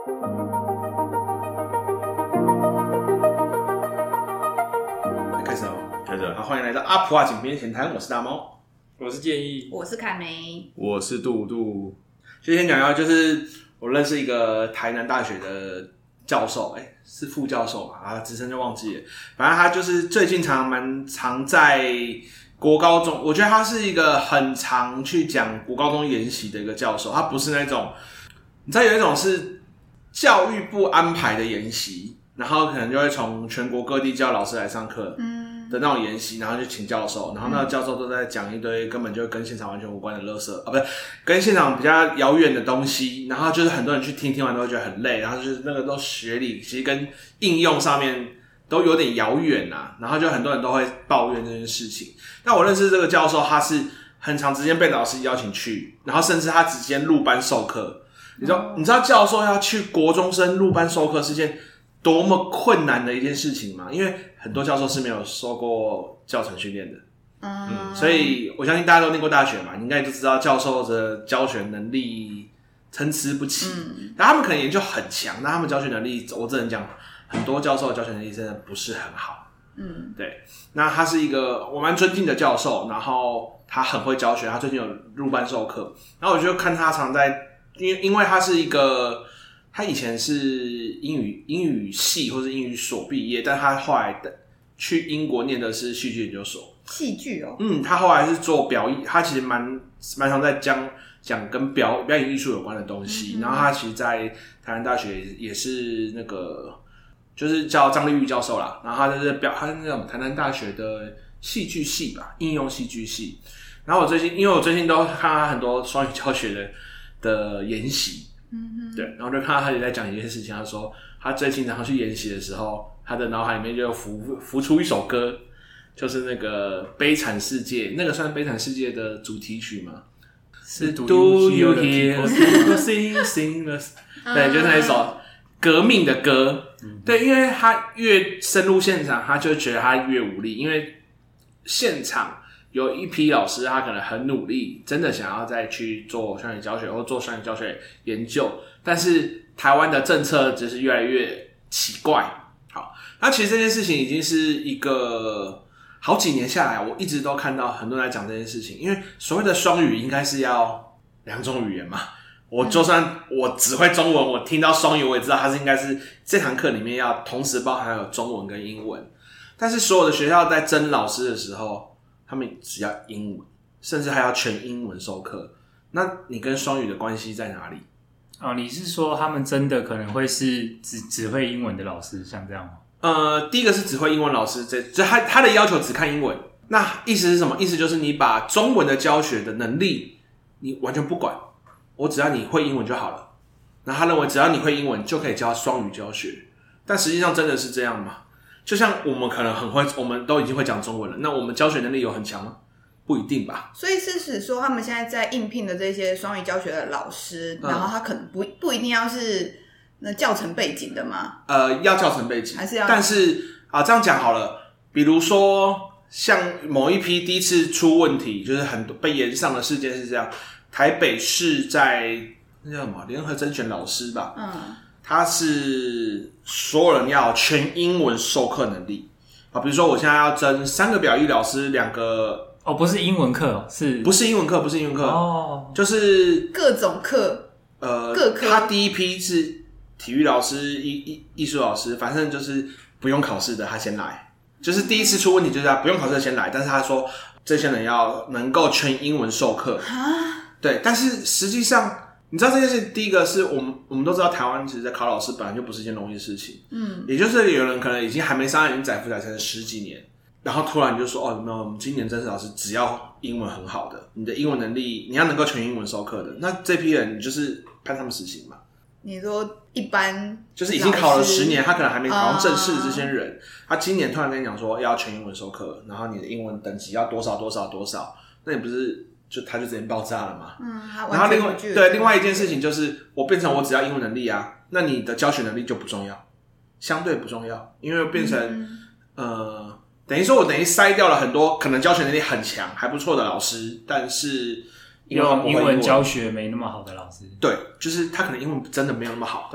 开始哦，开始了。好，欢迎来到阿普啊井边闲谈，我是大猫， 我是建议， 我是凯梅， 我是杜杜。 就先讲一下，就是我认识一个台南大学的教授，是副教授嘛，啊，职称就忘记了。反正他就是最近蛮常在国高中，我觉得他是一个很常去讲国高中研习的一个教授，他不是那种，你知道有一种是教育部安排的研习，然后可能就会从全国各地叫老师来上课，的那种研习，然后就请教授，然后那个教授都在讲一堆根本就跟现场完全无关的垃圾啊，不是跟现场比较遥远的东西，然后就是很多人去听完都会觉得很累，然后就是那个都学理，其实跟应用上面都有点遥远啊，然后就很多人都会抱怨这件事情。那我认识这个教授，他是很常直接被老师邀请去，然后甚至他直接入班授课。你知道教授要去国中生入班授课是件多么困难的一件事情吗？因为很多教授是没有受过教程训练的，所以我相信大家都念过大学嘛，你应该就知道教授的教学能力参差不齐，但他们可能研究很强，但他们教学能力，我只能讲，很多教授的教学能力真的不是很好。对，那他是一个我蛮尊敬的教授，然后他很会教学，他最近有入班授课，然后我就看他常在，因为他是一个。他以前是英语系或是英语所毕业，但他后来去英国念的是戏剧研究所。 戏剧哦， 他后来是做表演，他其实蛮常在讲跟表演艺术有关的东西。然后他其实，在台南大学也是那个，就是叫张立玉教授啦。然后他就是他是那种台南大学的戏剧系吧，应用戏剧系。然后因为我最近都看他很多双语教学的研习。对，然后就看到他也在讲一件事情，他说他最近然后去研习的时候，他的脑海里面就浮出一首歌，就是那个《悲惨世界》，那个算《悲惨世界》的主题曲吗？是 Do you hear people sing the 对，就是那一首革命的歌。对，因为他越深入现场，他就觉得他越无力，因为现场有一批老师，他可能很努力，真的想要再去做双语教学或做双语教学研究，但是台湾的政策只是越来越奇怪。好，那其实这件事情已经是一个好几年下来，我一直都看到很多人在讲这件事情，因为所谓的双语应该是要两种语言嘛。我就算我只会中文，我听到双语，我也知道它是应该是这堂课里面要同时包含有中文跟英文。但是所有的学校在征老师的时候，他们只要英文，甚至还要全英文授课。那你跟双语的关系在哪里？ 你是说他们真的可能会是只会英文的老师，像这样吗？ 第一个是只会英文老师，他的要求只看英文。那意思是什么？意思就是你把中文的教学的能力你完全不管，我只要你会英文就好了。那他认为只要你会英文就可以教双语教学，但实际上真的是这样吗？就像我们可能很会，我们都已经会讲中文了，那我们教学能力有很强吗？不一定吧。 所以是指说，他们现在在应聘的这些双语教学的老师，然后他可能不一定要是那教程背景的吗？ 要教程背景， 还是要？但是这样讲好了，比如说像某一批第一次出问题，就是很多被延上的事件是这样，台北市在那叫什么联合甄选老师吧，他是所有人要全英文授课能力啊，比如说我现在要征3个表意老师，2个不是英文课， 不是英文课，不是英文课就是各种课，各科。 他第一批是体育老师、艺术老师，反正就是不用考试的，他先来，就是第一次出问题就是他不用考试的先来，但是他说这些人要能够全英文授课对，但是实际上。你知道这件事，第一个是我们都知道，台湾其实在考老师本来就不是一件容易的事情。也就是有人可能已经还没上岸，已经载浮载沉10几年，然后突然就说没有，我们今年甄试老师只要英文很好的，你的英文能力你要能够全英文授课的，那这批人你就是判他们死刑嘛。 你说一般就是已经考了10年，他可能还没考上正式的这些人，他今年突然跟你讲说要全英文授课，然后你的英文等级要多少多少多少，那你不是他就直接爆炸了嘛。然后另外一件事情就是我变成我只要英文能力啊，那你的教学能力就不重要，相对不重要，因为变成等于说我筛掉了很多可能教学能力很强还不错的老师，但是英文教学没那么好的老师。 对，就是他可能英文真的没有那么好， 对吧？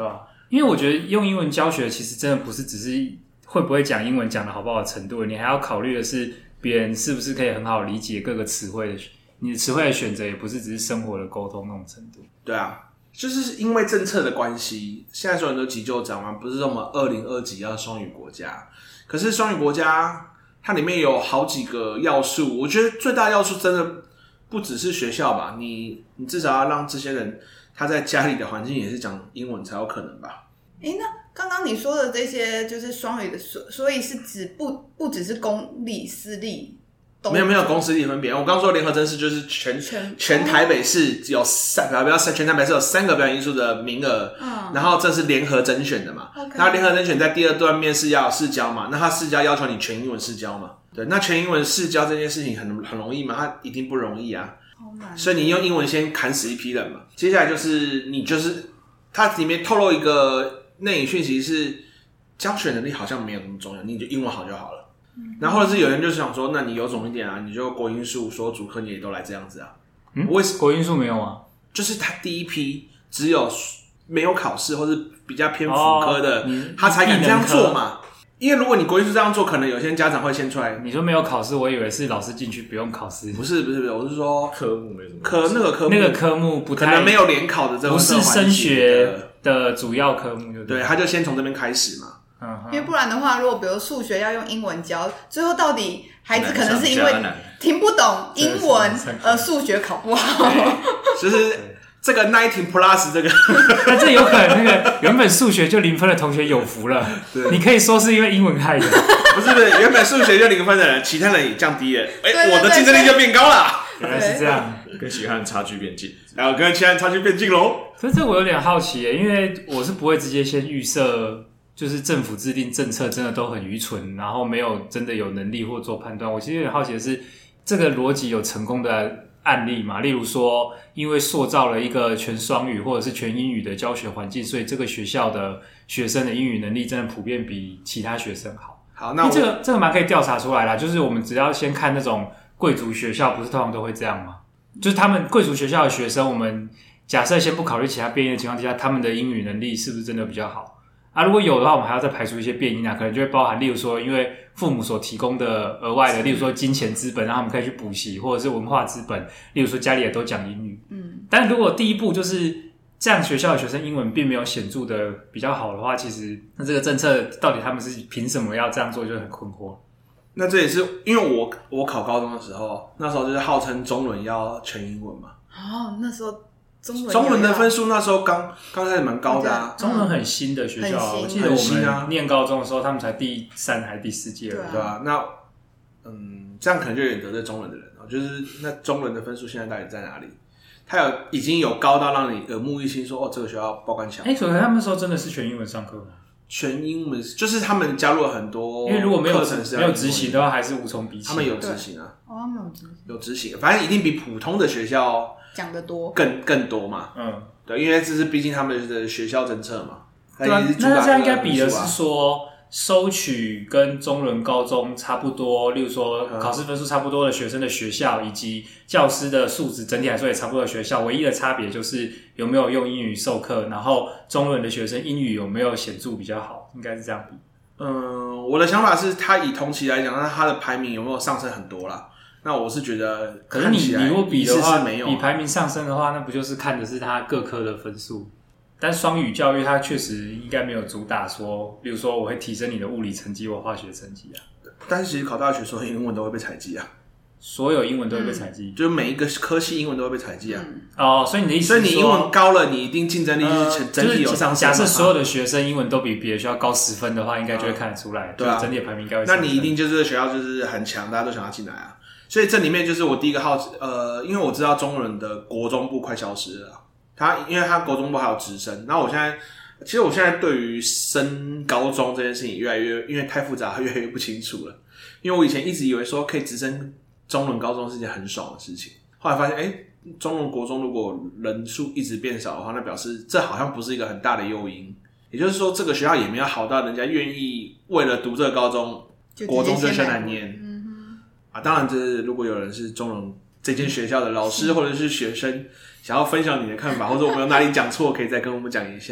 因为我觉得用英文教学其实真的不是只是会不会讲英文讲的好不好的程度，你还要考虑的是别人是不是可以很好理解各个词汇的，你的词汇的选择也不是只是生活的沟通那种程度。 对啊，就是因为政策的关系，现在所有人都急就章嘛，不是说我们2020要双语国家，可是双语国家它里面有好几个要素，我觉得最大的要素真的不只是学校吧，你至少要让这些人他在家里的环境也是讲英文才有可能吧。 那刚刚你说的这些就是双语的，所以是指不只是公立私立都没有公私立分别。我刚刚说联合真试就是全台北市有全台北市有3个表演艺术的名额，然后这是联合甄选的嘛。那联合甄选在第2段面试要有试教嘛，那他试教要求你全英文试教嘛。对，那全英文试教这件事情很容易吗？它一定不容易啊。所以你用英文先砍死一批人嘛。接下来就是它里面透露一个内隐讯息是教学能力好像没有那么重要，你就英文好就好了。然后或者是有人就想说，那你有种一点啊，你就国英数所有主科你也都来这样子啊。 国英数没有啊？ 就是他第一批只有没有考试或是比较偏辅科的，他才敢这样做嘛。因为如果你国英数这样做，可能有些家长会先出来。 你说没有考试，我以为是老师进去不用考试。 不是，我是说科目没什么。 那个科目不太可能没有联考的这种， 不是升学的主要科目， 对，他就先从这边开始嘛。 因为不然的话，如果比如数学要用英文教，最后到底孩子可能是因为听不懂英文而数学考不好， 就是这个19 plus 这个， 那这有可能那个原本数学就0分的同学有福了，你可以说是因为英文害的， 不是原本数学就0分的人，其他人也降低了，我的竞争力就变高了。 原来是这样， 跟其他人差距变近， 然后跟其他人差距变近喽。 可是这我有点好奇耶，因为我是不会直接先预设。就是政府制定政策真的都很愚蠢，然后没有真的有能力或做判断。我其实有点好奇的是，这个逻辑有成功的案例吗？例如说，因为塑造了一个全双语或者是全英语的教学环境，所以这个学校的学生的英语能力真的普遍比其他学生好。 好，那这个蛮可以调查出来啦。就是我们只要先看那种贵族学校，不是通常都会这样吗？就是他们贵族学校的学生，我们假设先不考虑其他变因的情况之下，他们的英语能力是不是真的比较好？如果有的话，我们还要再排除一些变因可能就会包含，例如说，因为父母所提供的额外的，例如说金钱资本，让他们可以去补习，或者是文化资本，例如说家里也都讲英语。但如果第一步就是这样，学校的学生英文并没有显著的比较好的话，其实那这个政策到底他们是凭什么要这样做，就很困惑。那这也是因为我考高中的时候，那时候就是号称中文要全英文嘛。 那时候。 中文的分数那时候刚开始蛮高的啊， 中文很新的学校，我记得我们念高中的时候，他们才第3还第4届而已， 对啊。那这样可能就有点得罪中文的人哦，就是那中文的分数现在到底在哪里？它已经有高到让你耳目一新，说这个学校爆肝强。 所以他们那时候真的是全英文上课吗？ 全英文就是他们加入了很多， 因为如果没有执行的话，还是无从比起。 他们有执行啊， 他们有执行，反正一定比普通的学校讲得多， 更多嘛。对，因为这是毕竟他们的学校政策嘛。 对啊，那这样应该比的是说收取跟中伦高中差不多，例如说考试分数差不多的学生的学校，以及教师的素质整体来说也差不多的学校，唯一的差别就是有没有用英语授课，然后中伦的学生英语有没有显著比较好，应该是这样比。 我的想法是，他以同期来讲，那他的排名有没有上升很多啦？那我是觉得， 可是你如果比的话， 没有比排名上升的话，那不就是看的是他各科的分数？但双语教育它确实应该没有主打说，比如说我会提升你的物理成绩或化学成绩啊。 但是其实考大学所有英文都会被采集啊， 所有英文都会被采集， 就是每一个科系英文都会被采集啊。 所以你的意思是说， 所以你英文高了，你一定竞争力是整体有上升。 假设所有的学生英文都比别的学校高10分的话，应该就会看得出来，对啊，整体的排名应该会上升。 那你一定就是这个学校就是很强，大家都想要进来啊。所以这里面就是我第一个好奇，因为我知道中文的国中部快消失了，因为他国中部还有直升。那我现在对于升高中这件事情越来越，因为太复杂，越来越不清楚了。因为我以前一直以为说可以直升中伦高中是件很爽的事情，后来发现，中伦国中如果人数一直变少的话，那表示这好像不是一个很大的诱因。也就是说，这个学校也没有好到人家愿意为了读这个高中，国中就先来念。当然，这如果有人是中伦这间学校的老师或者是学生，想要分享你的看法，或者我们有哪里讲错，可以再跟我们讲一下。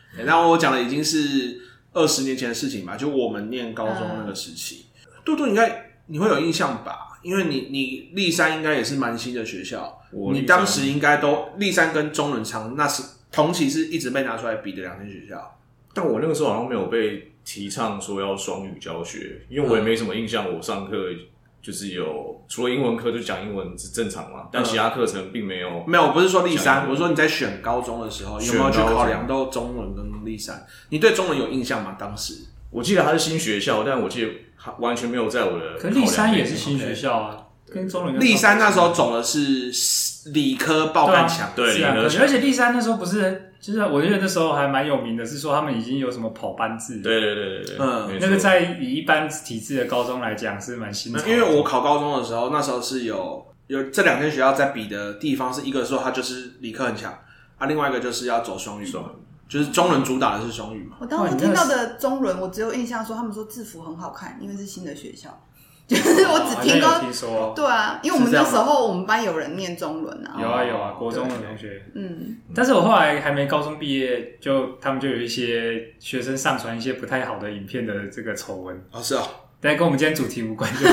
然后我讲的已经是20年前的事情吧，就我们念高中那个时期。杜杜应该你会有印象吧？因为你立山应该也是蛮新的学校，你当时应该都立山跟中仑昌那是同期是一直被拿出来比的2间学校。 但我那个时候好像没有被提倡说要双语教学，因为我也没什么印象，我上课就是有除了英文课就讲英文是正常嘛，但其他课程并没有。 没有，我不是说立山，我是说你在选高中的时候有没有去考量到中仑跟立山？你对中仑有印象吗？当时我记得它是新学校，但我记得完全没有在我的。 可立山也是新学校啊，跟中仑。 立山那时候走的是理科爆干强， 对， 理科强。而且立山那时候不是，就是我觉得那时候还蛮有名的，是说他们已经有什么跑班制。 对， 那个在以一般体制的高中来讲是蛮新的。 因为我考高中的时候，那时候是有这2间学校在比的地方，是一个说它就是理科很强啊，另外一个就是要走双语。就是中仑主打的是双语嘛。 我当初听到的中仑，我只有印象说他们说制服很好看，因为是新的学校。就是我只听说， 对啊，因为我们那时候我们班有人念中仑啊。 有啊，国中的同学。但是我后来还没高中毕业，他们就有一些学生上传一些不太好的影片的这个丑闻。 是啊， 但跟我们今天主题无关，就是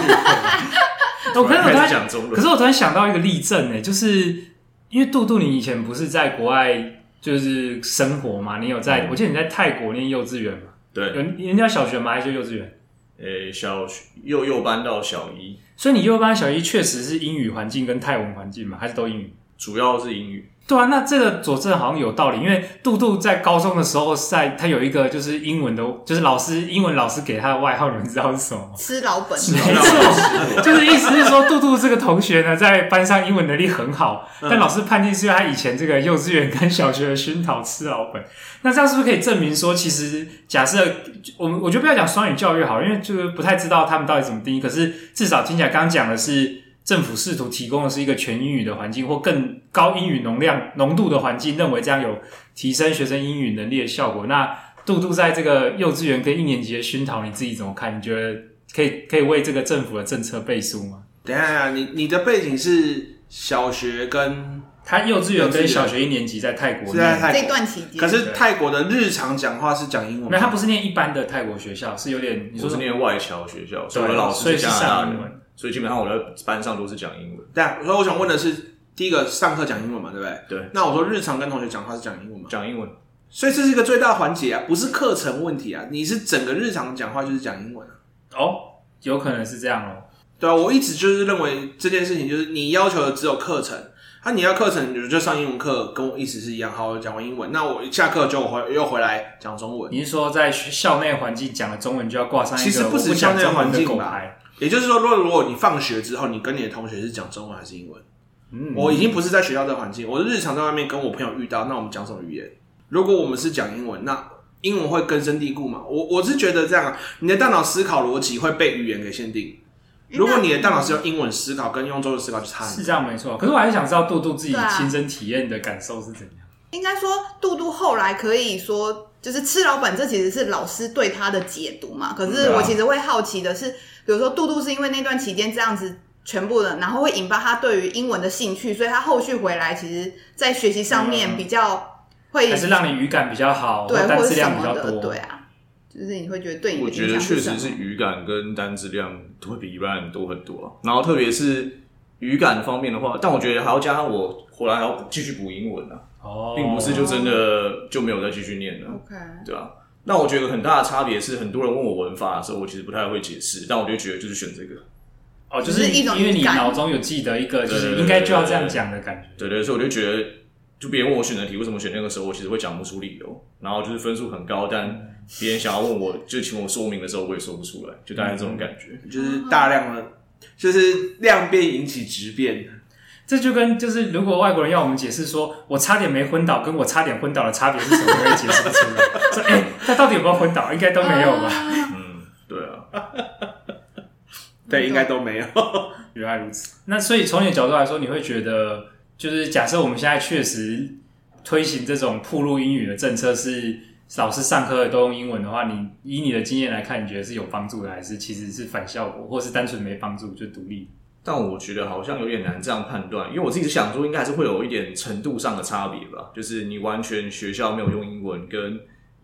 可是我突然想到一个例证就是因为杜杜你以前不是在国外就是生活嘛，你有在，我记得你在泰国念幼稚园嘛？ 对， 有人家小学吗？还是幼稚园？ 幼班到小一， 所以你幼班小一确实是英语环境跟泰文环境嘛，还是都英语？ 主要是英语。 对啊，那这个佐证好像有道理，因为杜杜在高中的时候，他有一个就是英文的，就是英文老师给他的外号，你们知道是什么吗？ 吃老本。 没错，就是意思是说，杜杜这个同学呢，在班上英文能力很好，但老师判定是因为他以前这个幼稚园跟小学的熏陶吃老本。那这样是不是可以证明说，其实假设我就不要讲双语教育好，因为就是不太知道他们到底怎么定义，可是至少听起来刚刚讲的是。政府试图提供的是一个全英语的环境，或更高英语浓度的环境，认为这样有提升学生英语能力的效果。那杜杜在这个幼稚园跟1年级的熏陶，你自己怎么看？你觉得可以为这个政府的政策背书吗？ 等一下，你的背景是小学跟他幼稚园跟小学1年级在泰国， 是在泰国这段期间。 可是泰国的日常讲话是讲英文吗？ 没有，他不是念一般的泰国学校，是有点我是念外侨学校，所以我的老师是加拿大人。所以基本上我在班上都是讲英文。 对啊，所以我想问的是，第一个上课讲英文嘛，对不对？ 对。 那我说日常跟同学讲话是讲英文吗？ 讲英文。 所以这是一个最大环节啊，不是课程问题啊，你是整个日常讲话就是讲英文啊。 有可能是这样哦。 对啊，我一直就是认为这件事情就是你要求的只有课程，你要课程你就上英文课，跟我意思是一样。好，我讲完英文，那我下课就又回来讲中文。 你是说在校内环境讲的中文就要挂上一个其实不止校内环境吧？ 也就是说，如果你放学之后，你跟你的同学是讲中文还是英文？我已经不是在学校的环境，我日常在外面跟我朋友遇到，那我们讲什么语言？如果我们是讲英文，那英文会根深蒂固嘛？我是觉得这样，你的大脑思考逻辑会被语言给限定。如果你的大脑是用英文思考，跟用中文思考就差很多。 是这样没错。可是我还是想知道杜杜自己亲身体验的感受是怎样。 应该说，杜杜后来可以说，就是吃老本，这其实是老师对他的解读嘛。可是我其实会好奇的是，比如说杜杜是因为那段期间这样子全部的，然后会引发他对于英文的兴趣，所以他后续回来，其实在学习上面比较会，还是让你语感比较好， 对， 单字量比较多， 对啊。就是你会觉得对你的影响是什么？ 我觉得确实是语感跟单字量都会比一般人多很多啊。然后特别是语感方面的话，但我觉得还要加上我回来还要继续补英文啊。并不是就真的就没有再继续念了。 OK， 对啊。那我觉得很大的差别是，很多人问我文法的时候，我其实不太会解释，但我就觉得就是选这个。 就是因为你脑中有记得一个，就是应该就要这样讲的感觉。 对，所以我就觉得，就别人问我选择题为什么选那个时候，我其实会讲不出理由，然后就是分数很高，但别人想要问我就请我说明的时候，我也说不出来，就大概这种感觉。 就是大量的，就是量变引起质变。 这就跟就是如果外国人要我们解释说我差点没昏倒跟我差点昏倒的差别是什么，我也解释不出来。说他到底有没有昏倒？应该都没有吧？ 对啊， 对，应该都没有。 原来如此。那所以从你的角度来说，你会觉得就是假设我们现在确实推行这种暴露英语的政策，是老师上课都用英文的话，你以你的经验来看，你觉得是有帮助的，还是其实是反效果，或是单纯没帮助就独立？ 但我觉得好像有点难这样判断，因为我自己想说，应该还是会有一点程度上的差别吧。就是你完全学校没有用英文，跟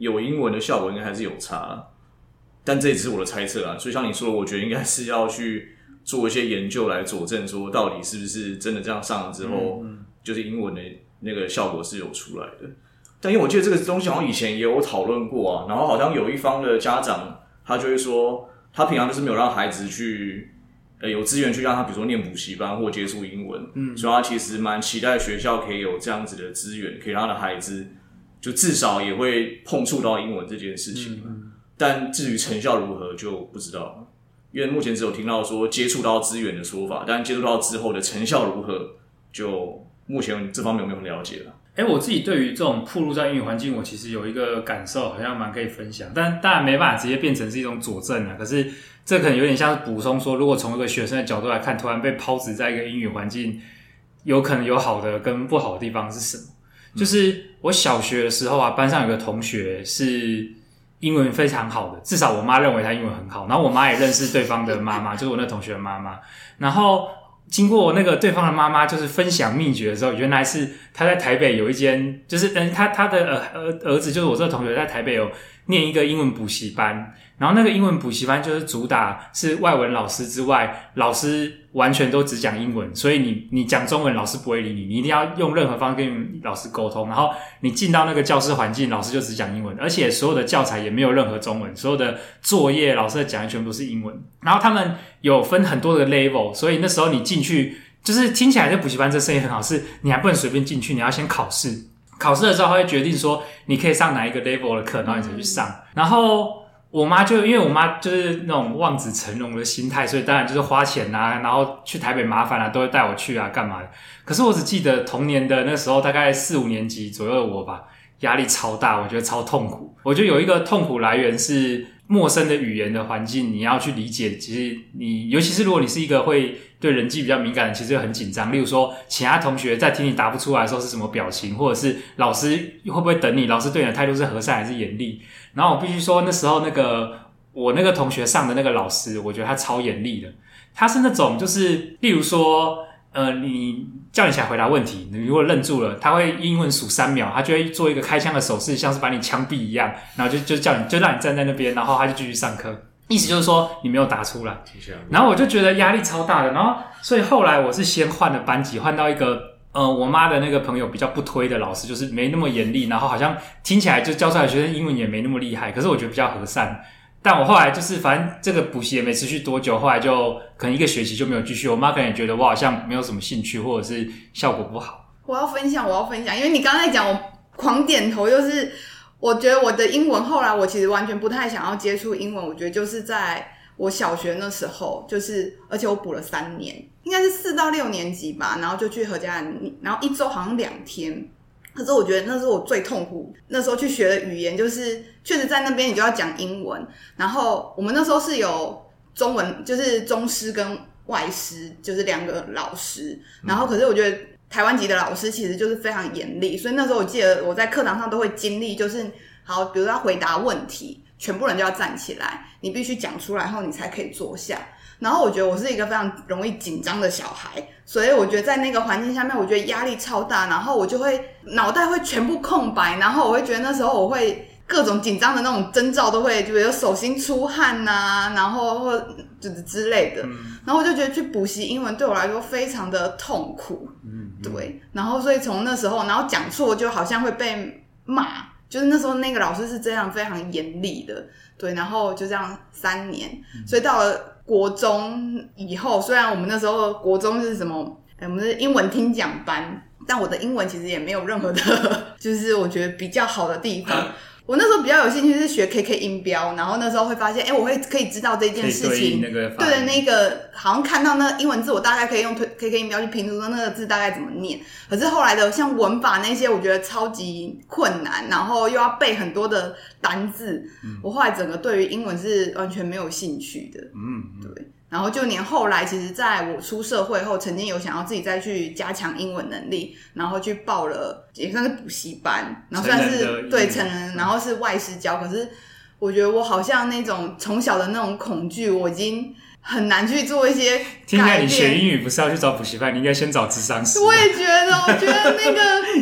有英文的效果应该还是有差啦，但这也只是我的猜测啦。所以像你说的，我觉得应该是要去做一些研究来佐证，说到底是不是真的这样上了之后，就是英文的那个效果是有出来的。但因为我记得这个东西好像以前也有讨论过啊，然后好像有一方的家长他就会说，他平常就是没有让孩子去有资源去让他比如说念补习班或接触英文，所以他其实蛮期待学校可以有这样子的资源，可以让他的孩子就至少也会碰触到英文这件事情。但至于成效如何就不知道了，因为目前只有听到说接触到资源的说法，但接触到之后的成效如何，就目前这方面有没有了解了。 我自己对于这种暴露在英语环境，我其实有一个感受，好像蛮可以分享，但当然没办法直接变成是一种佐证啊。可是这可能有点像是补充说，如果从一个学生的角度来看，突然被抛掷在一个英语环境，有可能有好的跟不好的地方是什么？就是我小学的时候啊，班上有个同学是英文非常好的，至少我妈认为他英文很好，然后我妈也认识对方的妈妈，就是我那同学的妈妈，然后经过那个对方的妈妈就是分享秘诀的时候，原来是他在台北有一间，就是他的儿子，就是我这个同学在台北有念一个英文补习班，然后那个英文补习班就是主打是外文老师之外，老师完全都只讲英文，所以你讲中文老师不会理你，你一定要用任何方式跟老师沟通，然后你进到那个教室环境，老师就只讲英文，而且所有的教材也没有任何中文，所有的作业老师的讲义全部都是英文，然后他们有分很多的 level， 所以那时候你进去就是听起来这补习班这生意很好，是你还不能随便进去，你要先考试，考试的时候他会决定说你可以上哪一个 level 的课，然后你才去上，然后我妈就因为我妈就是那种望子成龙的心态，所以当然就是花钱啊，然后去台北麻烦啊，都会带我去啊干嘛的。可是我只记得童年的那时候大概4-5年级左右的我吧，压力超大，我觉得超痛苦。我觉得有一个痛苦来源是陌生的语言的环境，你要去理解，其实你尤其是如果你是一个会对人际比较敏感的，其实会很紧张。例如说其他同学在听你答不出来的时候是什么表情，或者是老师会不会等你，老师对你的态度是和善还是严厉。然后我必须说那时候我那个同学上的那个老师，我觉得他超严厉的。他是那种就是例如说你叫你起来回答问题，你如果愣住了，他会英文数3秒，他就会做一个开枪的手势，像是把你枪毙一样，然后就叫你，就让你站在那边，然后他就继续上课，意思就是说你没有答出来。然后我就觉得压力超大的，然后所以后来我是先换了班级，换到一个我妈的那个朋友比较不推的老师，就是没那么严厉，然后好像听起来就教出来的学生英文也没那么厉害，可是我觉得比较和善。但我后来就是反正这个补习也没持续多久，后来就可能1个学期就没有继续，我妈可能也觉得我好像没有什么兴趣，或者是效果不好。 我要分享，因为你刚才讲我狂点头，就是我觉得我的英文后来我其实完全不太想要接触英文，我觉得就是在我小学那时候，就是而且我补了3年，应该是4到6年级吧，然后就去何嘉兰，然后1周好像2天。可是我觉得那是我最痛苦，那时候去学的语言就是确实在那边你就要讲英文，然后我们那时候是有中文，就是中师跟外师，就是2个老师，然后可是我觉得台湾籍的老师其实就是非常严厉，所以那时候我记得我在课堂上都会经历，就是好比如说要回答问题，全部人就要站起来，你必须讲出来后你才可以坐下。然后我觉得我是一个非常容易紧张的小孩，所以我觉得在那个环境下面，我觉得压力超大，然后我就会脑袋会全部空白，然后我会觉得那时候我会各种紧张的那种征兆都会，就比如手心出汗啊，然后或之类的，然后我就觉得去补习英文对我来说非常的痛苦，对，然后所以从那时候，然后讲错就好像会被骂，就是那时候那个老师是这样非常严厉的，对，然后就这样3年，所以到了国中以后，虽然我们那时候国中是什么，我们是英文听讲班，但我的英文其实也没有任何的，就是我觉得比较好的地方。我那时候比较有兴趣是学 KK 音标，然后那时候会发现，我可以知道这件事情，对的那个好像看到那英文字，我大概可以用 KK 音标去拼出说那个字大概怎么念。可是后来的像文法那些，我觉得超级困难，然后又要背很多的单字，我后来整个对于英文是完全没有兴趣的。对。然后就连后来，其实在我出社会后，曾经有想要自己再去加强英文能力，然后去报了也算是补习班，然后算是对成人，然后是外师教。可是我觉得我好像那种从小的那种恐惧，我已经很难去做一些改变。 听起来你学英语不是要去找补习班，你应该先找諮商师。 我也觉得，我觉得那个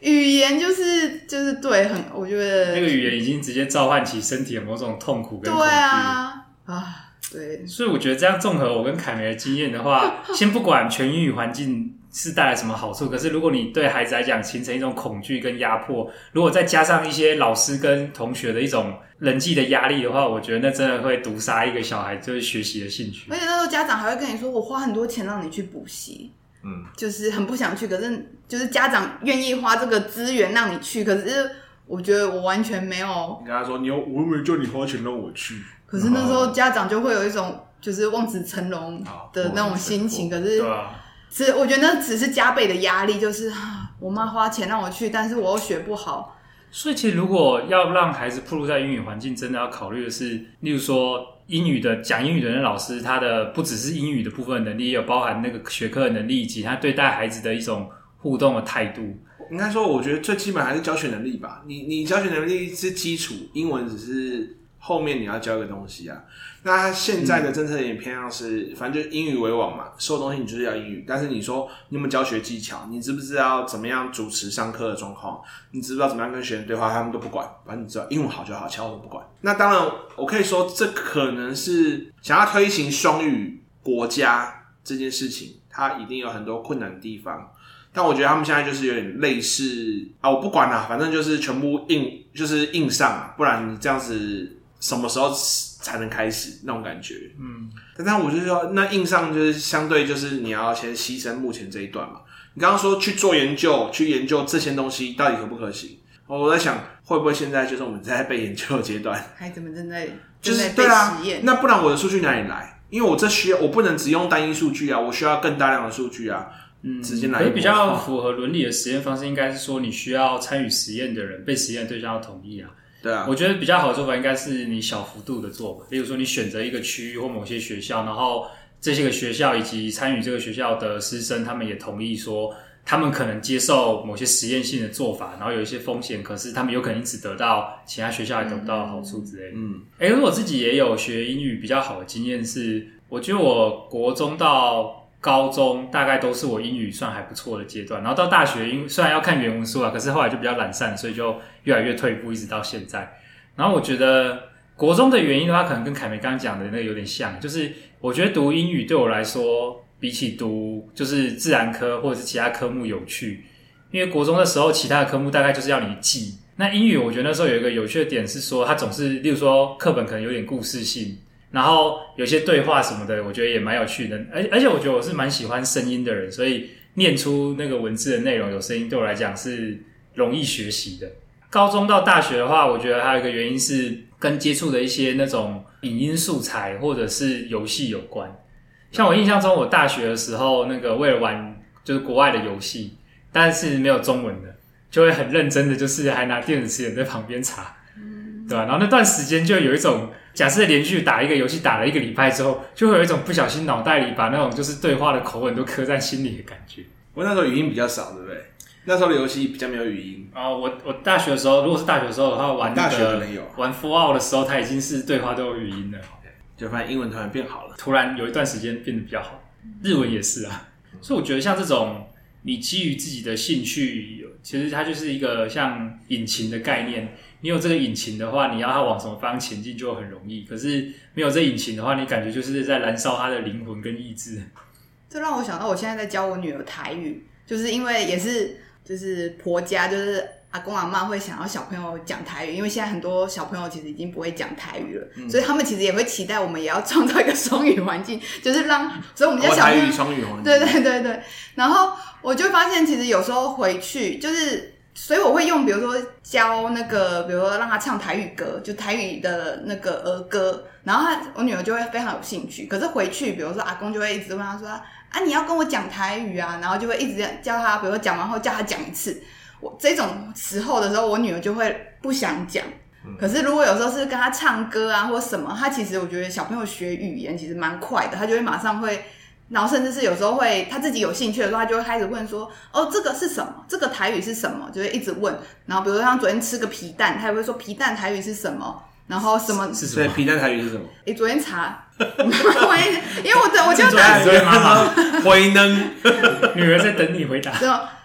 语言就是对，我觉得那个语言已经直接召唤起身体的某种痛苦跟恐惧。 对啊，对。 所以我觉得这样综合我跟凯梅的经验的话，先不管全英语环境是带来什么好处，可是如果你对孩子来讲形成一种恐惧跟压迫，如果再加上一些老师跟同学的一种人际的压力的话，我觉得那真的会毒杀一个小孩就是学习的兴趣。 而且那时候家长还会跟你说，我花很多钱让你去补习。就是很不想去，可是就是家长愿意花这个资源让你去，可是我觉得我完全没有。 你跟他说，我又没叫你花钱让我去。 可是那时候家长就会有一种就是望子成龙的那种心情，可是我觉得那只是加倍的压力，就是我妈花钱让我去，但是我又学不好。 所以其实如果要让孩子暴露在英语环境，真的要考虑的是，例如说讲英语的那老师，他的不只是英语的部分能力，也有包含那个学科的能力，以及他对待孩子的一种互动的态度。 应该说，我觉得最基本还是教学能力吧。你教学能力是基础，英文只是后面你要教一个东西啊。那现在的政策也偏向是，反正就英语为王嘛，所有东西你就是要英语。但是你说你有没有教学技巧？你知不知道怎么样主持上课的状况？你知不知道怎么样跟学生对话？他们都不管，反正你知道英文好就好，其他都不管。那当然，我可以说这可能是想要推行双语国家这件事情，它一定有很多困难的地方。但我觉得他们现在就是有点类似我不管啦，反正就是全部硬上，不然你这样子什么时候才能开始那种感觉。但我就是说，那硬上就是相对就是你要先牺牲目前这一段嘛。你刚刚说去做研究，去研究这些东西到底可不可行？我在想，会不会现在就是我们在被研究的阶段， 孩子们正在就是被实验。 那不然我的数据哪里来？因为我不能只用单一数据啊，我需要更大量的数据啊。直接来。 可是比较符合伦理的实验方式，应该是说你需要参与实验的人，被实验的对象要同意啊。 对啊， 我觉得比较好的做法应该是你小幅度的做法，例如说你选择一个区域或某些学校，然后这些个学校以及参与这个学校的师生，他们也同意说他们可能接受某些实验性的做法，然后有一些风险，可是他们有可能因此得到其他学校也得不到的好处之类的。可是我自己也有学英语比较好的经验是，我觉得我国中到高中大概都是我英语算还不错的阶段，然后到大学虽然要看原文书可是后来就比较懒散，所以就越来越退步，一直到现在。然后我觉得国中的原因的话，可能跟凯梅刚刚讲的那个有点像，就是我觉得读英语对我来说比起读就是自然科或者是其他科目有趣，因为国中的时候其他的科目大概就是要你记，那英语我觉得那时候有一个有趣的点是说，它总是例如说课本可能有点故事性，然后有些对话什么的，我觉得也蛮有趣的。而且我觉得我是蛮喜欢声音的人，所以念出那个文字的内容有声音，对我来讲是容易学习的。高中到大学的话，我觉得还有一个原因是跟接触的一些那种影音素材或者是游戏有关。像我印象中，我大学的时候，那个为了玩就是国外的游戏，但是没有中文的，就会很认真的，就是还拿电子词典在旁边查，对吧？然后那段时间就有一种，假设连续打一个游戏打了1个礼拜之后，就会有一种不小心脑袋里把那种就是对话的口吻都刻在心里的感觉。 我那时候语音比较少，对不对？那时候的游戏比较没有语音。 我大学的时候，如果是大学的时候的话，玩那个玩 Fallout 的时候，它已经是对话都有语音了。 就发现英文突然变好了， 突然有一段时间变得比较好。日文也是啊，所以我觉得像这种你基于自己的兴趣，其实它就是一个像引擎的概念。你有这个引擎的话，你要它往什么方向前进就很容易。可是没有这引擎的话，你感觉就是在燃烧它的灵魂跟意志。 这让我想到，我现在在教我女儿台语，就是因为也是就是婆家就是阿公阿嬷会想要小朋友讲台语，因为现在很多小朋友其实已经不会讲台语了，所以他们其实也会期待我们也要创造一个双语环境，就是所以我们家小朋友台语双语环境， 对。然后我就发现，其实有时候回去就是，所以我会用比如说教那个，比如说让他唱台语歌，就台语的那个儿歌，然后我女儿就会非常有兴趣。可是回去，比如说阿公就会一直问他说你要跟我讲台语啊，然后就会一直叫他，比如说讲完后叫他讲一次。我这种时候的时候，我女儿就会不想讲。可是如果有时候是跟他唱歌啊或什么，他其实我觉得小朋友学语言其实蛮快的，他就会马上会，然后甚至是有时候会他自己有兴趣的时候，他就会开始问说，这个是什么？这个台语是什么？就会一直问。然后比如说他昨天吃个皮蛋，他也会说皮蛋台语是什么？然后什么？ 是什么？对，皮蛋台语是什么？ 昨天查，因为我就昨天妈妈回能女儿在等你回答。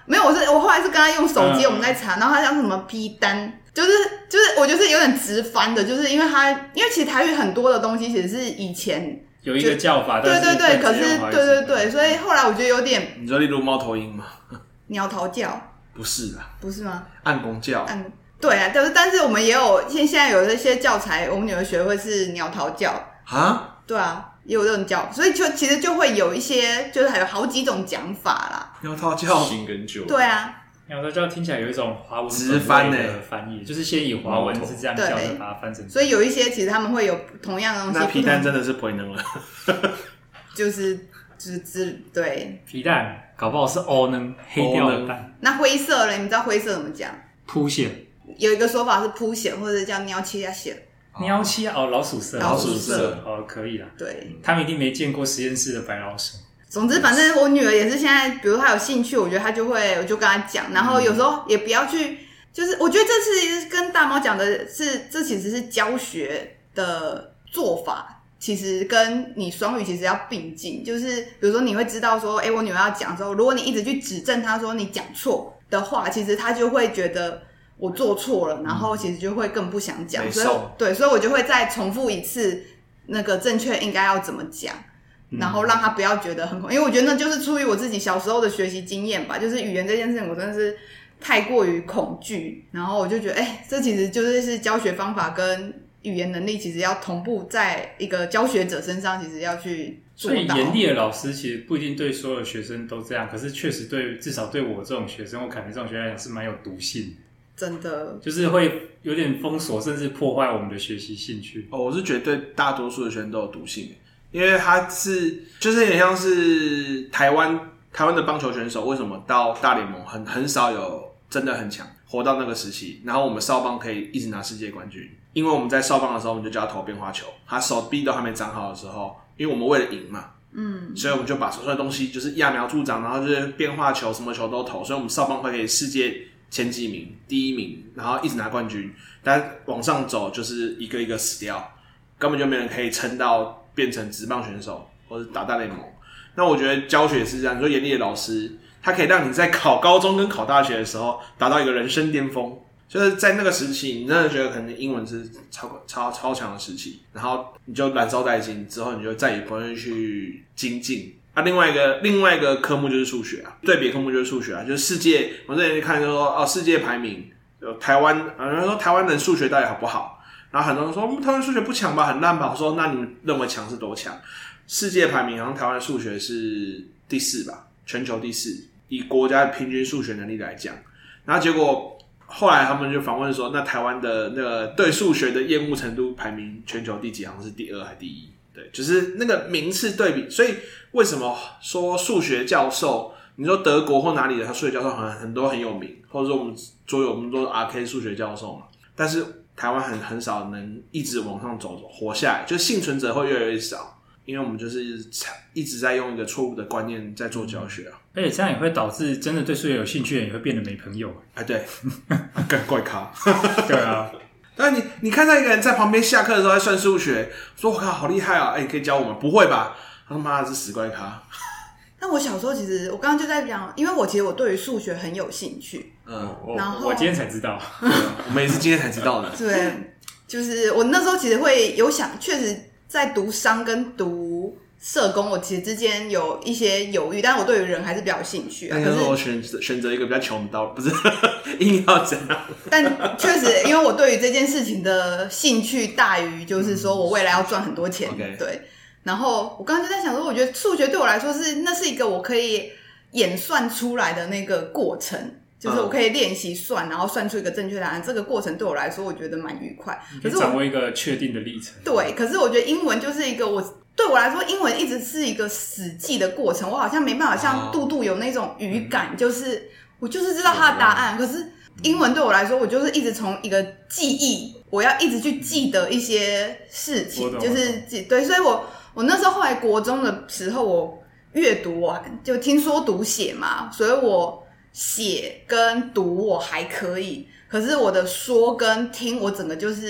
没有，我后来是跟他用手机，我们在查，然后他讲什么批单，就是我就是有点直翻的，就是因为其实台语很多的东西其实是以前有一个叫法， 对对对，可是对，所以后来我觉得有点， 你说例如猫头鹰吗？ 鸟头叫不是啦， 不是吗？ 暗公叫， 对啊，但是我们也有现在有一些教材，我们女儿学会是鸟头叫啊， 对啊，也有这种叫，所以其实就会有一些，就是还有好几种讲法啦。 鸟头叫， 新跟旧， 对啊， 鸟头叫听起来有一种华文直翻的翻译，就是先以华文是这样叫的，把它翻成。 所以有一些其实他们会有同样的东西。 那皮蛋真的是不会能了， 就是对皮蛋，搞不好是欧能黑掉的蛋。 那灰色呢？你知道灰色怎么讲？ 凸显。 有一个说法是凸显，或者叫鸟七亚显。 鸟七哦，老鼠色， 老鼠色哦，可以啦。 对， 他们一定没见过实验室的白老鼠。 总之，反正我女儿也是现在，比如她有兴趣，我觉得她我就跟她讲，然后有时候也不要去，就是我觉得这次跟大猫讲的是，这其实是教学的做法，其实跟你双语其实要并进，就是比如说你会知道说，我女儿要讲的时候，如果你一直去指正她说你讲错的话，其实她就会觉得我做错了，然后其实就会更不想讲，所以我就会再重复一次那个正确应该要怎么讲。然后让他不要觉得很恐，因为我觉得那就是出于我自己小时候的学习经验吧，就是语言这件事情我真的是太过于恐惧，然后我就觉得这其实就是教学方法跟语言能力其实要同步在一个教学者身上，其实要去做到。 所以严厉的老师其实不一定对所有学生都这样，可是确实至少对我这种学生或凯梅这种学生来讲是蛮有毒性的，真的就是会有点封锁甚至破坏我们的学习兴趣。 我是觉得对大多数的学生都有毒性，因为他就是有点像是台湾的棒球选手，为什么到大联盟很少有真的很强活到那个时期，然后我们少棒可以一直拿世界冠军，因为我们在少棒的时候我们就叫他投变化球，他手臂都还没长好的时候，因为我们为了赢嘛，所以我们就把所有的东西就是揠苗助长，然后就是变化球什么球都投，所以我们少棒会给世界前几名第一名，然后一直拿冠军，但往上走就是一个一个死掉，根本就没人可以撑到变成职棒选手或者打大联盟。那我觉得教学也是这样，你说严厉的老师他可以让你在考高中跟考大学的时候达到一个人生巅峰，就是在那个时期你真的觉得可能英文是超强的时期，然后你就燃烧殆尽之后你就再也不会去精进。另外一个科目就是数学啊，对比科目就是数学啊，就是世界，我之前去看就说世界排名，台湾有人说台湾人数学到底好不好，然后很多人说台湾数学不强吧，很烂吧，我说那你们认为强是多强？世界排名好像台湾数学是第4吧，全球第4，以国家平均数学能力来讲，然后结果后来他们就访问说，那台湾的那个对数学的厌恶程度排名全球第几？好像是第2还是第1？对，就是那个名次对比，所以为什么说数学教授，你说德国或哪里的他数学教授很多很有名，或者说我们都是 RK 数学教授嘛，但是台湾很少能一直往上走活下来，就幸存者会越来越少，因为我们就是一直在用一个错误的观念在做教学啊， 而且这样也会导致真的对数学有兴趣的人也会变得没朋友。 对，更怪咖。 对啊。 但你看到一个人在旁边下课的时候在算数学，说我靠好厉害啊！可以教我们？不会吧？他妈的是死怪咖。 但我小时候其实我刚刚就在讲，因为我对于数学很有兴趣。然后我今天才知道， 我们也是今天才知道的。 对，就是我那时候其实会有想，确实在读商跟读社工，我其实之间有一些犹豫，但是我对于人还是比较有兴趣啊。 可是我选择一个比较穷的道路，不是硬要这样。 但确实，因为我对于这件事情的兴趣大于，就是说我未来要赚很多钱。对。然后我刚刚就在想说，我觉得数学对我来说那是一个我可以演算出来的那个过程。就是我可以练习算，然后算出一个正确答案。这个过程对我来说，我觉得蛮愉快。 可是掌握一个确定的历程。 对，可是我觉得英文就是一个对我来说，英文一直是一个死记的过程。我好像没办法像杜杜有那种语感，就是我就是知道它的答案。可是英文对我来说，我就是一直从一个记忆，我要一直去记得一些事情，就是对。所以我那时候后来国中的时候，我阅读就听说读写嘛，所以我写跟读我还可以，可是我的说跟听我整个就是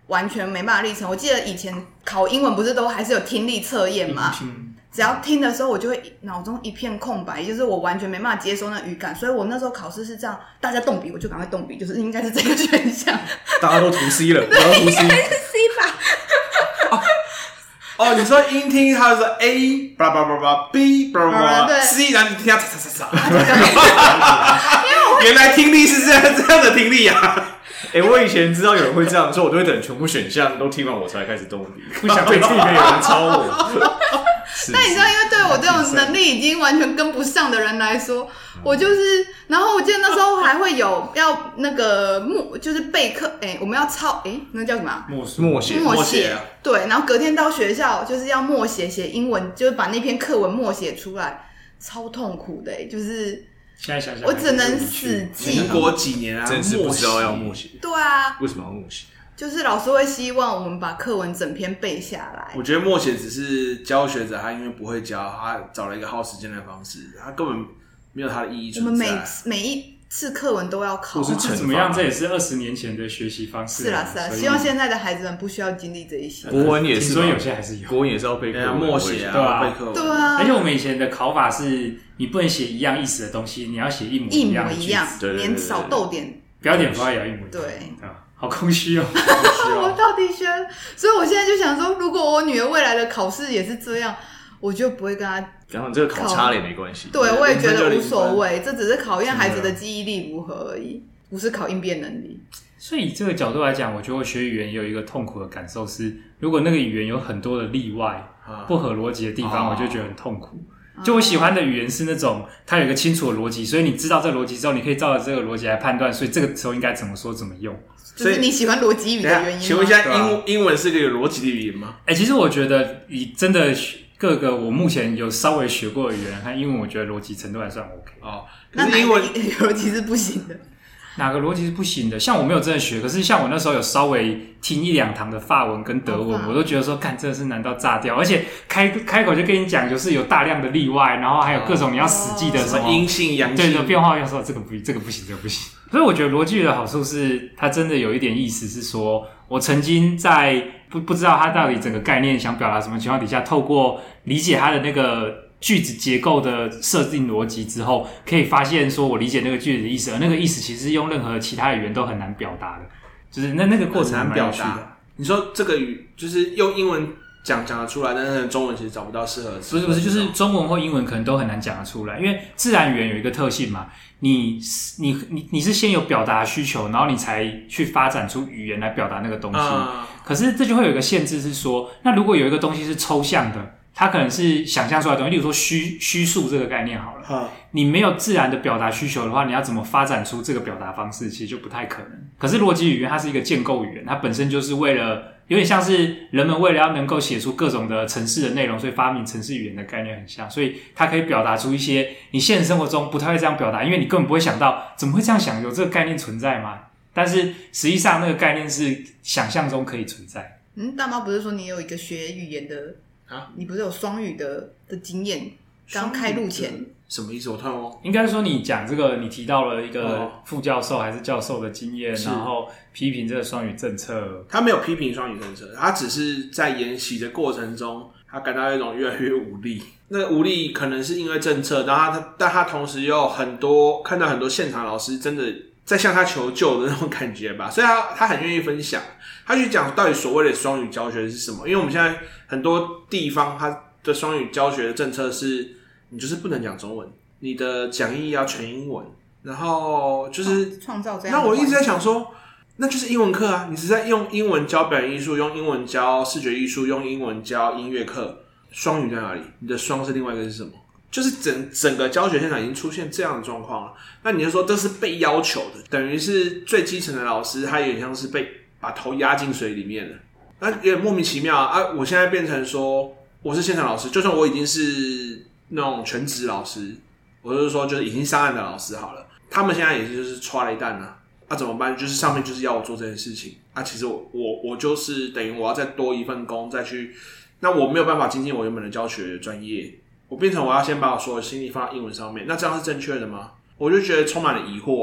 完全没办法历程。我记得以前考英文不是都还是有听力测验吗？只要听的时候，我就会脑中一片空白，就是我完全没办法接收那语感，所以我那时候考试是这样，大家动笔我就赶快动笔，就是应该是这个选项。 大家都涂 C 了， 对，应该是 C 吧？ 哦，你说音听，他就说 A 叭叭叭叭 B 叭叭叭 C， 然后你听他嚓嚓嚓嚓。原来听力是这样的听力啊！ 我以前知道有人会这样，所以我都会等全部选项都听完我才开始动笔，不想被自己的有人抄我。 但你知道，因为对我这种能力已经完全跟不上的人来说，我就是，然后我记得那时候还会有要那个就是备课，我们要抄，那叫什么啊？ 默写， 对，然后隔天到学校就是要默写英文，就是把那篇课文默写出来，超痛苦的，就是现在想想， 我只能死记。 民国几年啊？ 真是不知道要默写。 对啊， 为什么要默写？ 就是老师会希望我们把课文整篇背下来。 我觉得默写只是教学者他因为不会教，他找了一个耗时间的方式，他根本没有它的意义存在。 我们每一次课文都要考， 是怎么样？这也是20年前的学习方式。 是啦，希望现在的孩子们不需要经历这一些。 国文也是， 所以有些还是有。 国文也是要背课文， 默写啊，背课文。 对啊。 而且我们以前的考法是，你不能写一样意思的东西，你要写一模一样的句子， 连少逗点、 标点符号也要一模一样。 对。 好空虚哦！ 我到底学，所以我现在就想说，如果我女儿未来的考试也是这样，我就不会跟她。 然后这个考差了也没关系。 对，我也觉得无所谓，这只是考验孩子的记忆力如何而已，不是考应变能力。 所以以这个角度来讲，我觉得我学语言也有一个痛苦的感受是，如果那个语言有很多的例外、不合逻辑的地方，我就觉得很痛苦。就我喜欢的语言是那种它有一个清楚的逻辑，所以你知道这个逻辑之后，你可以照着这个逻辑来判断，所以这个时候应该怎么说怎么用。 所以你喜欢逻辑语的原因吗？ 请问一下，英文是个有逻辑的语言吗？ 其实我觉得以真的各个我目前有稍微学过的语言看，英文我觉得逻辑程度还算 OK。 那英文逻辑是不行的。 哪个逻辑是不行的？像我没有真的学，可是像我那时候有稍微听1-2堂的法文跟德文，我都觉得说，干，真的是难到炸掉。而且开口就跟你讲，就是有大量的例外，然后还有各种你要死记的什么阴性、阳性， 对变化，要说这个不行，这个不行。所以我觉得逻辑语的好处是，它真的有一点意思，是说我曾经在不知道它到底整个概念想表达什么情况底下，透过理解它的那个句子结构的设定逻辑之后，可以发现说我理解那个句子的意思，而那个意思其实用任何其他语言都很难表达的，就是那个过程很难表达。你说这个语就是用英文讲得出来，但是中文其实找不到适合的词。 不是，就是中文或英文可能都很难讲得出来，因为自然语言有一个特性嘛，你是先有表达需求，然后你才去发展出语言来表达那个东西。可是这就会有一个限制，是说，那如果有一个东西是抽象的，它可能是想象出来的东西，例如说虚数这个概念好了，你没有自然的表达需求的话，你要怎么发展出这个表达方式，其实就不太可能。可是逻辑语言它是一个建构语言，它本身就是为了有点像是人们为了要能够写出各种的程式的内容，所以发明程式语言的概念很像，所以它可以表达出一些你现实生活中不太会这样表达，因为你根本不会想到怎么会这样想，有这个概念存在吗？但是实际上那个概念是想象中可以存在。 大妈不是说你有一个学语言的你不是有双语的经验？刚开录前什么意思？我突然忘。 应该说你讲这个，你提到了一个副教授还是教授的经验，然后批评这个双语政策。 他没有批评双语政策，他只是在研习的过程中，他感到一种越来越无力。那个无力可能是因为政策，但他同时又看到很多现场老师真的在向他求救的那种感觉吧，所以他很愿意分享，他去讲到底所谓的双语教学是什么。因为我们现在很多地方它的双语教学的政策是，你就是不能讲中文，你的讲义要全英文，然后就是创造这样。 那我一直在想说，那就是英文课啊，你是在用英文教表演艺术，用英文教视觉艺术，用英文教音乐课，双语在哪里？你的双是另外一个是什么？就是整个教学现场已经出现这样的状况了，那你就说这是被要求的，等于是最基层的老师，他有点像是被把头压进水里面了，那有点莫名其妙啊！我现在变成说我是现场老师，就算我已经是那种全职老师，我就是说就是已经上岸的老师好了，他们现在也是就是抓了一弹啊，怎么办？就是上面就是要我做这件事情啊，其实我就是等于我要再多一份工再去，那我没有办法精进我原本的教学专业。我变成我要先把我所有心力放在英文上面，那这样是正确的吗？我就觉得充满了疑惑啊！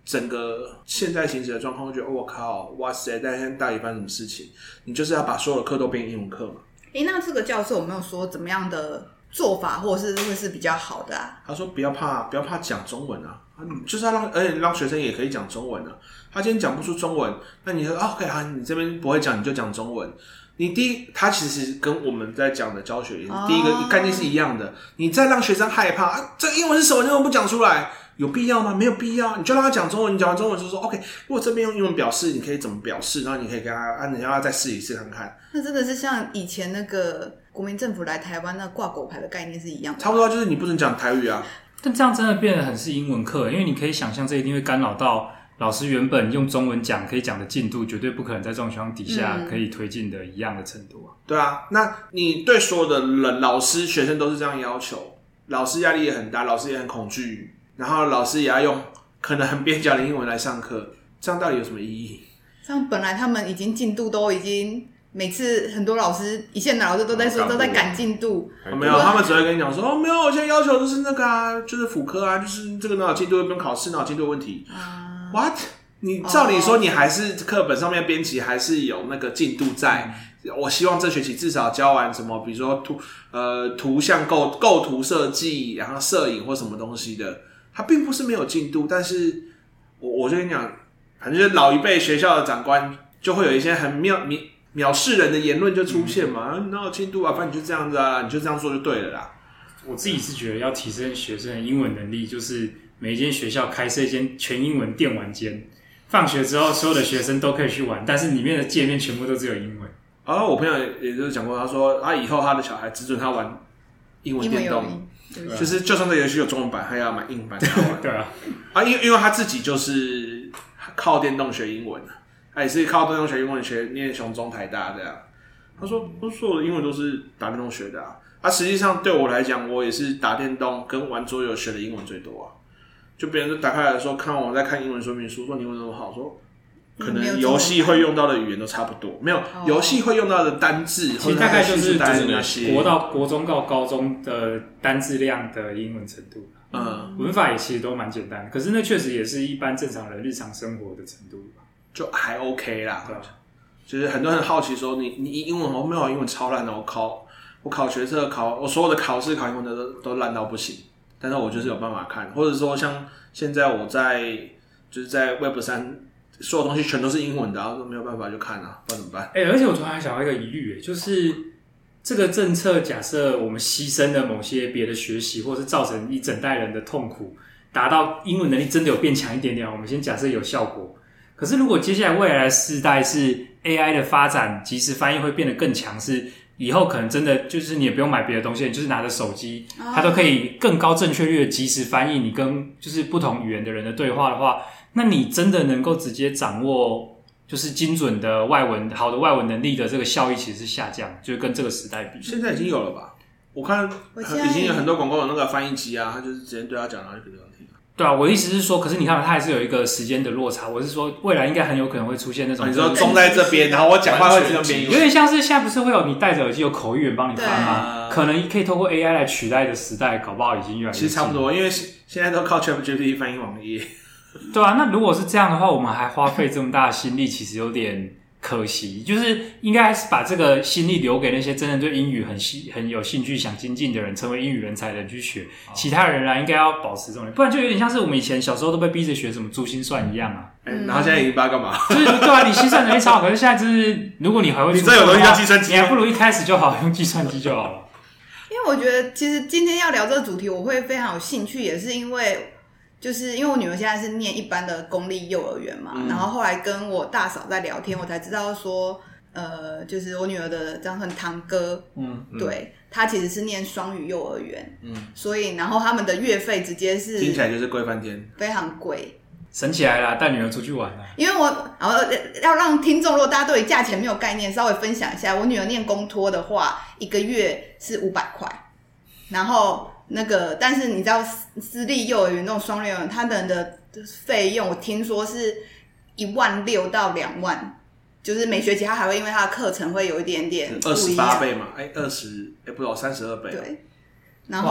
整个现在形势的状况，会觉得我靠，哇塞！但现在到底发生什么事情？你就是要把所有的课都变英文课嘛？ 那这个教授有没有说怎么样的做法，或者是会是比较好的啊？ 他说不要怕讲中文啊，就是要而且让学生也可以讲中文啊。他今天讲不出中文，那你说OK 啊，你这边不会讲你就讲中文。他其实跟我们在讲的教学第一个概念是一样的。你再让学生害怕，这个英文是什么？你怎么不讲出来？有必要吗？没有必要。你就让他讲中文，你讲完中文就说 OK。如果这边用英文表示，你可以怎么表示？然后你可以跟他你要不要再试一次看看？ 那真的是像以前那个国民政府来台湾那挂狗牌的概念是一样的， 差不多就是你不准讲台语啊。 但这样真的变得很是英文课，因为你可以想象这一定会干扰到老师原本用中文讲可以讲的进度，绝对不可能在这种情况底下可以推进的一样的程度啊。 对啊，那你对所有的人、老师、学生都是这样要求，老师压力也很大，老师也很恐惧，然后老师也要用可能很蹩脚的英文来上课，这样到底有什么意义？ 像本来他们已经进度都已经。每次很多老师，一线的老师都在说都在赶进度， 没有，他们只会跟你讲说没有，我现在要求都是那个啊，就是辅科啊，就是这个哪有进度又不用考试，哪有进度的问题。What？ 你照理说你还是课本上面编辑还是有那个进度在。我希望这学期至少教完什么，比如说图像构图设计，然后摄影或什么东西的，它并不是没有进度，但是我就跟你讲，反正就是老一辈学校的长官就会有一些很藐视人的言论就出现嘛，哪有进度啊？反正你就这样子啊，你就这样做就对了啦。 我自己是觉得要提升学生的英文能力，就是每一间学校开设一间全英文电玩间，放学之后所有的学生都可以去玩，但是里面的界面全部都只有英文。 我朋友也就是讲过，他说以后他的小孩只准他玩英文电动，就是就算这游戏有中文版，他也要买英文版来玩。 对啊， 因为他自己就是靠电动学英文的。他也是靠电动学英文念雄中台大这样。他说所有的英文都是打电动学的啊。实际上对我来讲，我也是打电动跟玩桌游学的英文最多啊。就别人就打开来说，看我在看英文说明书，说你英文那么好，说可能游戏会用到的语言都差不多，没有游戏会用到的单字， 其实大概就是那些国中到高中的单字量的英文程度。文法也其实都蛮简单的，可是那确实也是一般正常人日常生活的程度吧。 就还 OK 啦，就是很多人好奇说你英文没有，英文超烂的，我考学测我所有的考试考英文的都烂到不行，但是我就是有办法看，或者说像现在我就是在 Web 3所有东西全都是英文的，然后没有办法就看啊，不然怎么办？ 而且我突然想到一个疑虑，就是这个政策假设我们牺牲了某些别的学习，或是造成一整代人的痛苦，达到英文能力真的有变强一点点，我们先假设有效果。可是如果接下来未来的世代是 AI 的发展，即时翻译会变得更强势，以后可能真的就是你也不用买别的东西，你就是拿着手机，它都可以更高正确率的即时翻译你跟就是不同语言的人的对话的话，那你真的能够直接掌握就是精准的好的外文能力的这个效益其实是下降，就是跟这个时代比。 现在已经有了吧？我看已经有很多广告有那个翻译机啊，他就是直接对他讲，然后就给对方听。 对啊，我的意思是说，可是你看，它还是有一个时间的落差。我是说，未来应该很有可能会出现那种， 你说中在这边，然后我讲话会听到别人， 有点像是现在不是会有你戴着耳机有口译员帮你翻吗？可能可以透过 AI 来取代的时代，搞不好已经越来越近。 其实差不多，因为现在都靠 ChatGPT 翻译网页。 对啊，那如果是这样的话，我们还花费这么大的心力，其实有点可惜。就是应该是把这个心力留给那些真的对英语很有兴趣、想精进的人，成为英语人才的人去学。其他人应该要保持这种，不然就有点像是我们以前小时候都被逼着学什么珠心算一样啊。 然后现在已经不知道干嘛。 就是对啊，你计算能力超好，可是现在就是如果你还会， 你这有东西叫计算机， 你还不如一开始就好用计算机就好了。 因为我觉得其实今天要聊这个主题，我会非常有兴趣，也是因为。就是因为我女儿现在是念一般的公立幼儿园嘛，然后后来跟我大嫂在聊天，我才知道说，就是我女儿的这样很堂哥，对，他其实是念双语幼儿园，所以然后他们的月费直接是听起来就是贵翻天， 非常贵， 省起来啦，带女儿出去玩啦。 因为然后要让听众，如果大家对价钱没有概念，稍微分享一下，我女儿念公托的话，一个月是500块，然后。但是你知道私立幼儿园那种双幼儿园，它的费用我听说是16000到2万，就是每学期它还会因为它的课程会有一点点不一样 28倍嘛，不知道32倍。 对，然后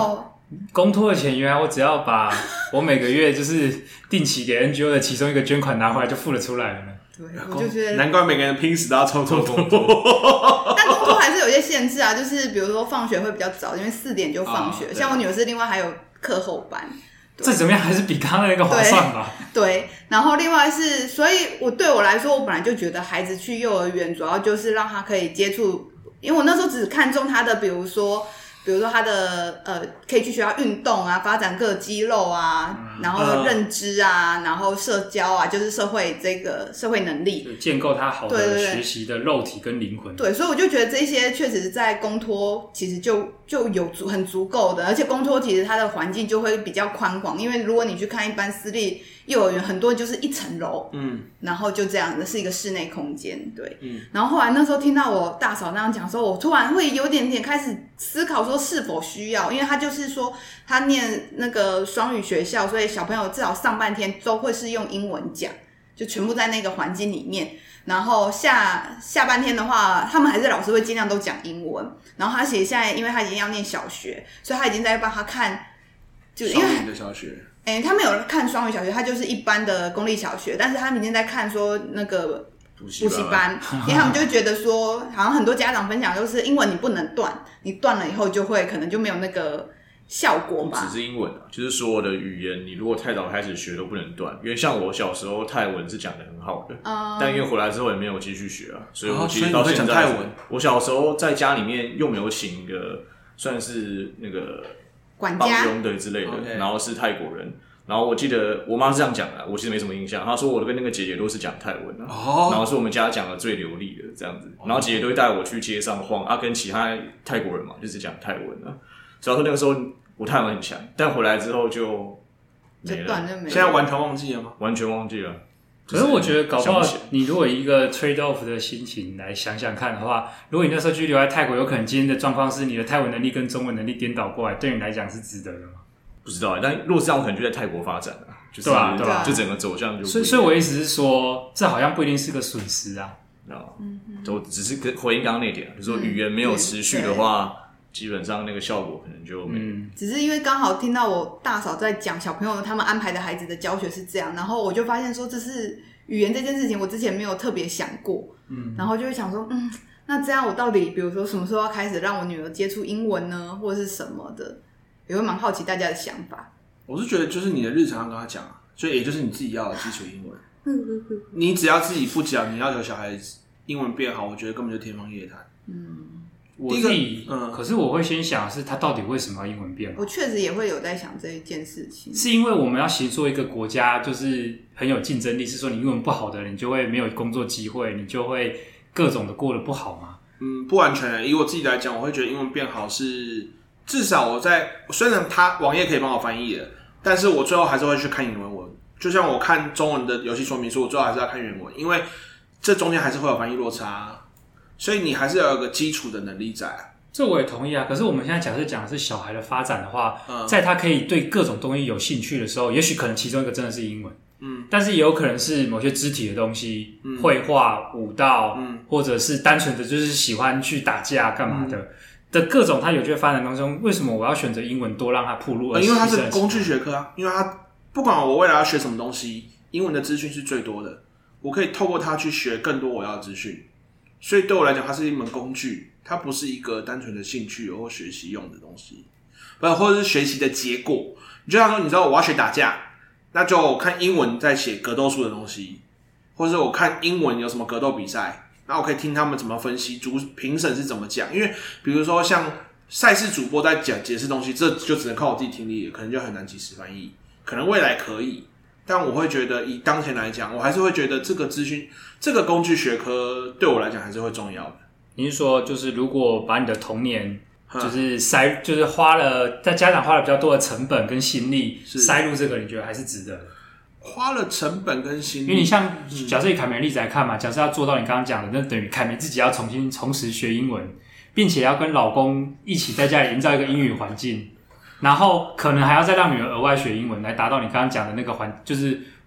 公托的钱原来我只要把我每个月就是定期给 NGO 的其中一个捐款拿回来就付得出来了呢。 对，我就觉得难怪每个人拼死都要抽公托。 但公托还是有一些限制啊，就是比如说放学会比较早，因为4点就放学。像我女儿是另外还有课后班。 这怎么样？还是比刚刚那个划算吧？ 对，然后另外是，所以对我来说，我本来就觉得孩子去幼儿园主要就是让他可以接触，因为我那时候只看重他的，比如说他的可以去学校运动啊，发展各肌肉啊，然后认知啊，然后社交啊，就是社会能力， 建构他好的学习的肉体跟灵魂。 对，所以我就觉得这些确实在公托其实就有很足够的，而且公托其实它的环境就会比较宽广，因为如果你去看一般私立幼儿园，很多就是1层楼，然后就这样的是一个室内空间，对，然后后来那时候听到我大嫂那样讲的时候，我突然会有点开始思考说是否需要，因为他就是说他念那个双语学校，所以小朋友至少上半天都会是用英文讲，就全部在那个环境里面。然后下半天的话，他们还是老师会尽量都讲英文。然后他其实现在因为他已经要念小学，所以他已经在帮他看，就因为双语的小学。 他没有看双语小学，他就是一般的公立小学，但是他们已经在看说那个补习班，因为他们就觉得说，好像很多家长分享都是英文你不能断，你断了以后就会可能就没有那个效果吧。 不只是英文啊，就是所有的语言，你如果太早开始学都不能断。因为像我小时候泰文是讲得很好的，但因为回来之后也没有继续学啊，所以我其实到现在，我小时候在家里面又没有请一个算是那个管家对之类的，然后是泰国人。然后我记得我妈是这样讲的，我其实没什么印象。她说我跟那个姐姐都是讲泰文然后是我们家讲的最流利的这样子。然后姐姐都会带我去街上晃跟其他泰国人嘛，就是讲泰文所以说那个时候我泰文很强，但回来之后就没了。 现在完全忘记了吗？ 完全忘记了。 可是我觉得搞不好你如果以一个 trade off 的心情来想想看的话，如果你那时候继续留在泰国，有可能今天的状况是你的泰文能力跟中文能力颠倒过来，对你来讲是值得的吗？ 不知道但如果是这样，我可能就在泰国发展了，就是对啊， 就整个走向就不一样。 所以我意思是说，这好像不一定是个损失啊。 都只是回应刚刚那点，就是说语言没有持续的话，基本上那个效果可能就没。 只是因为刚好听到我大嫂在讲小朋友他们安排的孩子的教学是这样，然后我就发现说这是语言这件事情，我之前没有特别想过，然后就会想说，那这样我到底比如说什么时候要开始让我女儿接触英文呢，或者是什么的？也会蛮好奇大家的想法。 我是觉得就是你的日常要跟他讲所以也就是你自己要的基础英文。你只要自己不讲，你要求小孩子英文变好，我觉得根本就天方夜谭。 我自己可是我会先想是他到底为什么要英文变好。 我确实也会有在想这一件事情， 是因为我们要形塑一个国家就是很有竞争力，是说你英文不好的人，你就会没有工作机会，你就会各种的过得不好吗？ 不完全。以我自己来讲，我会觉得英文变好是至少我虽然他网页可以帮我翻译了，但是我最后还是会去看原文。就像我看中文的游戏说明书，我最后还是要看原文，因为这中间还是会有翻译落差，所以你还是要有个基础的能力在。 这我也同意啊。可是我们现在假设讲的是小孩的发展的话，在他可以对各种东西有兴趣的时候，也许可能其中一个真的是英文，但是也有可能是某些肢体的东西，绘画、舞蹈，或者是单纯的就是喜欢去打架干嘛的各种他有趣的发展当中，为什么我要选择英文多让他暴露？ 因为它是工具学科啊，因为它不管我未来要学什么东西，英文的资讯是最多的，我可以透过它去学更多我要的资讯，所以对我来讲，它是一门工具，它不是一个单纯的兴趣或学习用的东西，或者是学习的结果。你就像说，你知道我要学打架，那就我看英文在写格斗术的东西，或者是我看英文有什么格斗比赛。那我可以听他们怎么分析，评审是怎么讲，因为比如说像赛事主播在解释东西，这就只能靠我自己听力，可能就很难即时翻译。可能未来可以，但我会觉得以当前来讲，我还是会觉得这个资讯、这个工具学科对我来讲还是会重要的。 你是说，就是如果把你的童年就是就是在家长花了比较多的成本跟心力塞入这个，你觉得还是值得的？ 花了成本跟心力， 因为你像假设以凯梅的例子来看嘛，假设要做到你刚刚讲的，那等于凯梅自己要重拾学英文，并且要跟老公一起在家里营造一个英语环境，然后可能还要再让女儿额外学英文，来达到你刚刚讲的那个就是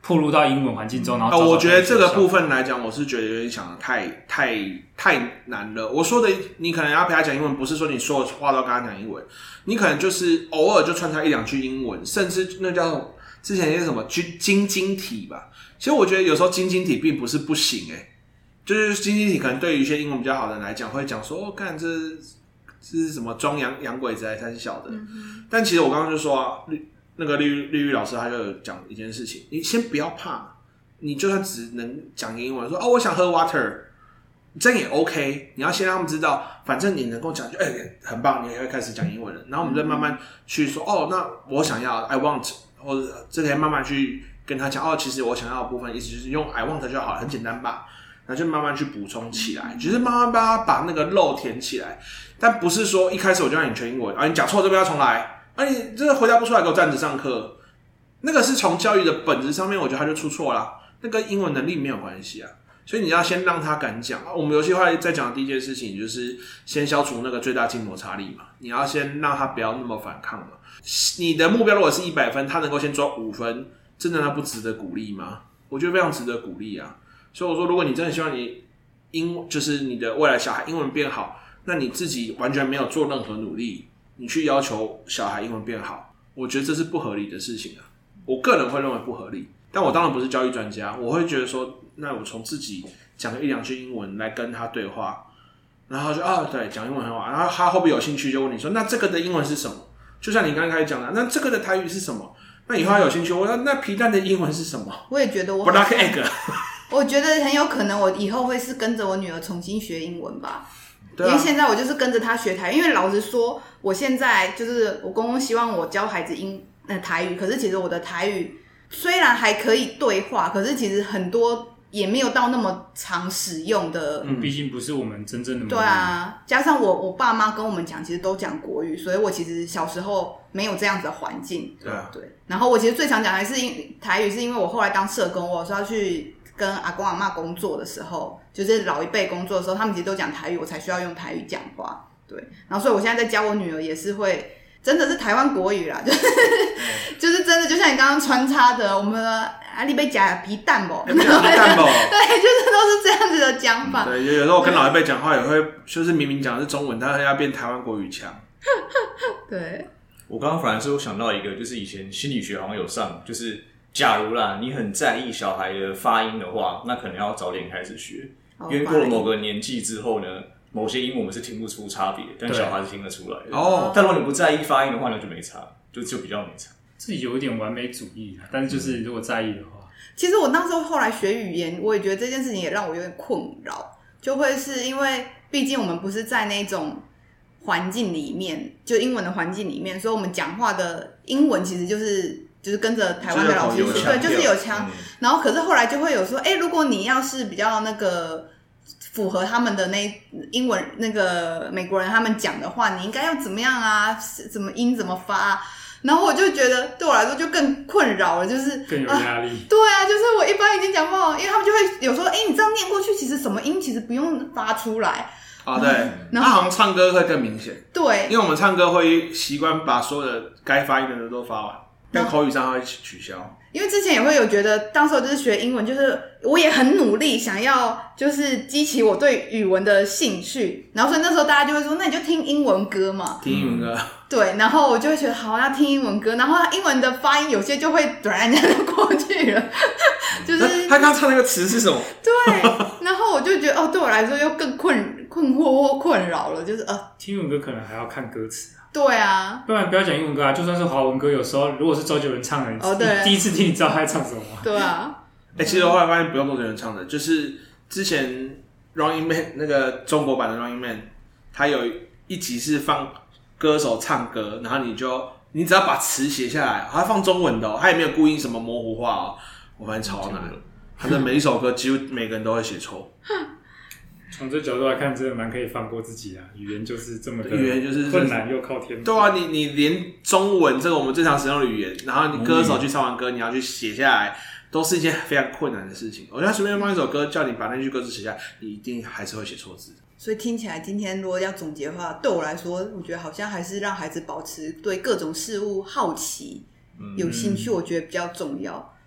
暴露到英文环境中，然后我觉得这个部分来讲，我是觉得有点想的太难了。我说的，你可能要陪他讲英文，不是说你所有话都跟他讲英文，你可能就是偶尔就穿插1-2句英文，甚至那叫之前那个什么晶晶体吧。其实我觉得有时候晶晶体并不是不行就是晶晶体可能对于一些英文比较好的人来讲，会讲说干这是什么装洋鬼子还是小的。但其实我刚刚就说啊，那个绿绿老师他就有讲一件事情，你先不要怕，你就算只能讲英文，说我想喝 water， 这样也 OK。你要先让他们知道，反正你能够讲就很棒，你也会开始讲英文了。然后我们再慢慢去说那我想要 I want， 或者这可以慢慢去跟他讲其实我想要的部分意思就是用 I want 就好了，很简单吧。然后就慢慢去补充起来，就是慢慢帮他把那个漏填起来，但不是说一开始我就让你全英文你讲错这边要重来你这个回答不出来给我站着上课，那个是从教育的本质上面我觉得他就出错啦，那跟英文能力没有关系啊。所以你要先让他敢讲我们游戏化在讲的第一件事情就是先消除那个最大静摩擦力嘛，你要先让他不要那么反抗嘛。你的目标如果是100分，他能够先抓5分，真的他不值得鼓励吗？我觉得非常值得鼓励啊。所以我说，如果你真的希望你就是你的未来小孩英文变好，那你自己完全没有做任何努力，你去要求小孩英文变好，我觉得这是不合理的事情啊。我个人会认为不合理，但我当然不是教育专家，我会觉得说，那我从自己讲个1-2句英文来跟他对话，然后就对，讲英文很好，然后他会不会有兴趣就问你说，那这个的英文是什么？就像你刚开始讲的，那这个的台语是什么？那以后他有兴趣，我说那皮蛋的英文是什么？ 我也觉得我 Black egg。 我觉得很有可能我以后会是跟着我女儿重新学英文吧。 对啊， 因为现在我就是跟着她学台语，因为老实说，我现在就是我公公希望我教孩子台语，可是其实我的台语虽然还可以对话，可是其实很多也没有到那么常使用的。 毕竟不是我们真正的母语。 对啊，加上我爸妈跟我们讲，其实都讲国语，所以我其实小时候没有这样子的环境。 对啊， 对。然后我其实最常讲的是台语，是因为我后来当社工，我说要去跟阿公阿嬷工作的时候，就是老一辈工作的时候，他们其实都讲台语，我才需要用台语讲话。对，然后所以我现在在教我女儿也是会，真的是台湾国语啦，就是真的，就像你刚刚穿插的，我们你要吃皮蛋不？ 皮蛋不？ 对，就是都是这样子的讲法。 对，有时候我跟老一辈讲话也会，就是明明讲的是中文，但是要变台湾国语腔。 对， 我刚刚反而是有想到一个，就是以前心理学好像有上，就是假如啦，你很在意小孩的发音的话，那可能要早点开始学，因为过了某个年纪之后呢，某些音我们是听不出差别，但小孩是听得出来的。但如果你不在意发音的话，那就没差，就比较没差。 自己有一点完美主义但是就是如果在意的话， 其实我那时候后来学语言，我也觉得这件事情也让我有点困扰，就会是因为毕竟我们不是在那种环境里面，就英文的环境里面，所以我们讲话的英文其实就是跟着台湾的老师学，对，就是有腔。然后可是后来就会有说，如果你要是比较那个符合他们的那英文那个美国人他们讲的话，你应该要怎么样啊？怎么音怎么发啊？然后我就觉得对我来说就更困扰了，就是更有压力。 对啊，就是我一般已经讲不好，因为他们就会有说，你这样念过去，其实什么音其实不用发出来。 对，然后好像唱歌会更明显。 对， 因为我们唱歌会习惯把所有的该发音的都发完，但口语上会取消。 因为之前也会有觉得，当时候就是学英文，就是我也很努力想要就是激起我对语文的兴趣，然后所以那时候大家就会说，那你就听英文歌嘛， 听英文歌。 对，然后我就会觉得好，要听英文歌，然后英文的发音有些就会转人家就过去了，就是他刚唱那个词是什么？ 对，然后我就觉得对我来说又更困惑或困扰了，就是听英文歌可能还要看歌词。 对啊， 不然不要讲英文歌就算是华文歌，有时候如果是周杰伦唱的，你第一次听你知道他在唱什么吗？ 对啊， 其实我后来发现不用周杰伦唱的，就是之前 Running Man 那个中国版的 Running Man， 他有一集是放歌手唱歌，然后你只要把词写下来，他放中文的他也没有故意什么模糊化我发现超难。他的每一首歌几乎每个人都会写错。 从这角度来看，真的蛮可以放过自己语言就是这么的， 语言就是困难又靠天赋。 对啊，你连中文这个我们最常使用的语言，然后你歌手去唱完歌，你要去写下来，都是一件非常困难的事情。我觉得随便放一首歌，叫你把那句歌词写下来，你一定还是会写错字。 所以听起来，今天如果要总结的话，对我来说，我觉得好像还是让孩子保持对各种事物好奇、有兴趣，我觉得比较重要。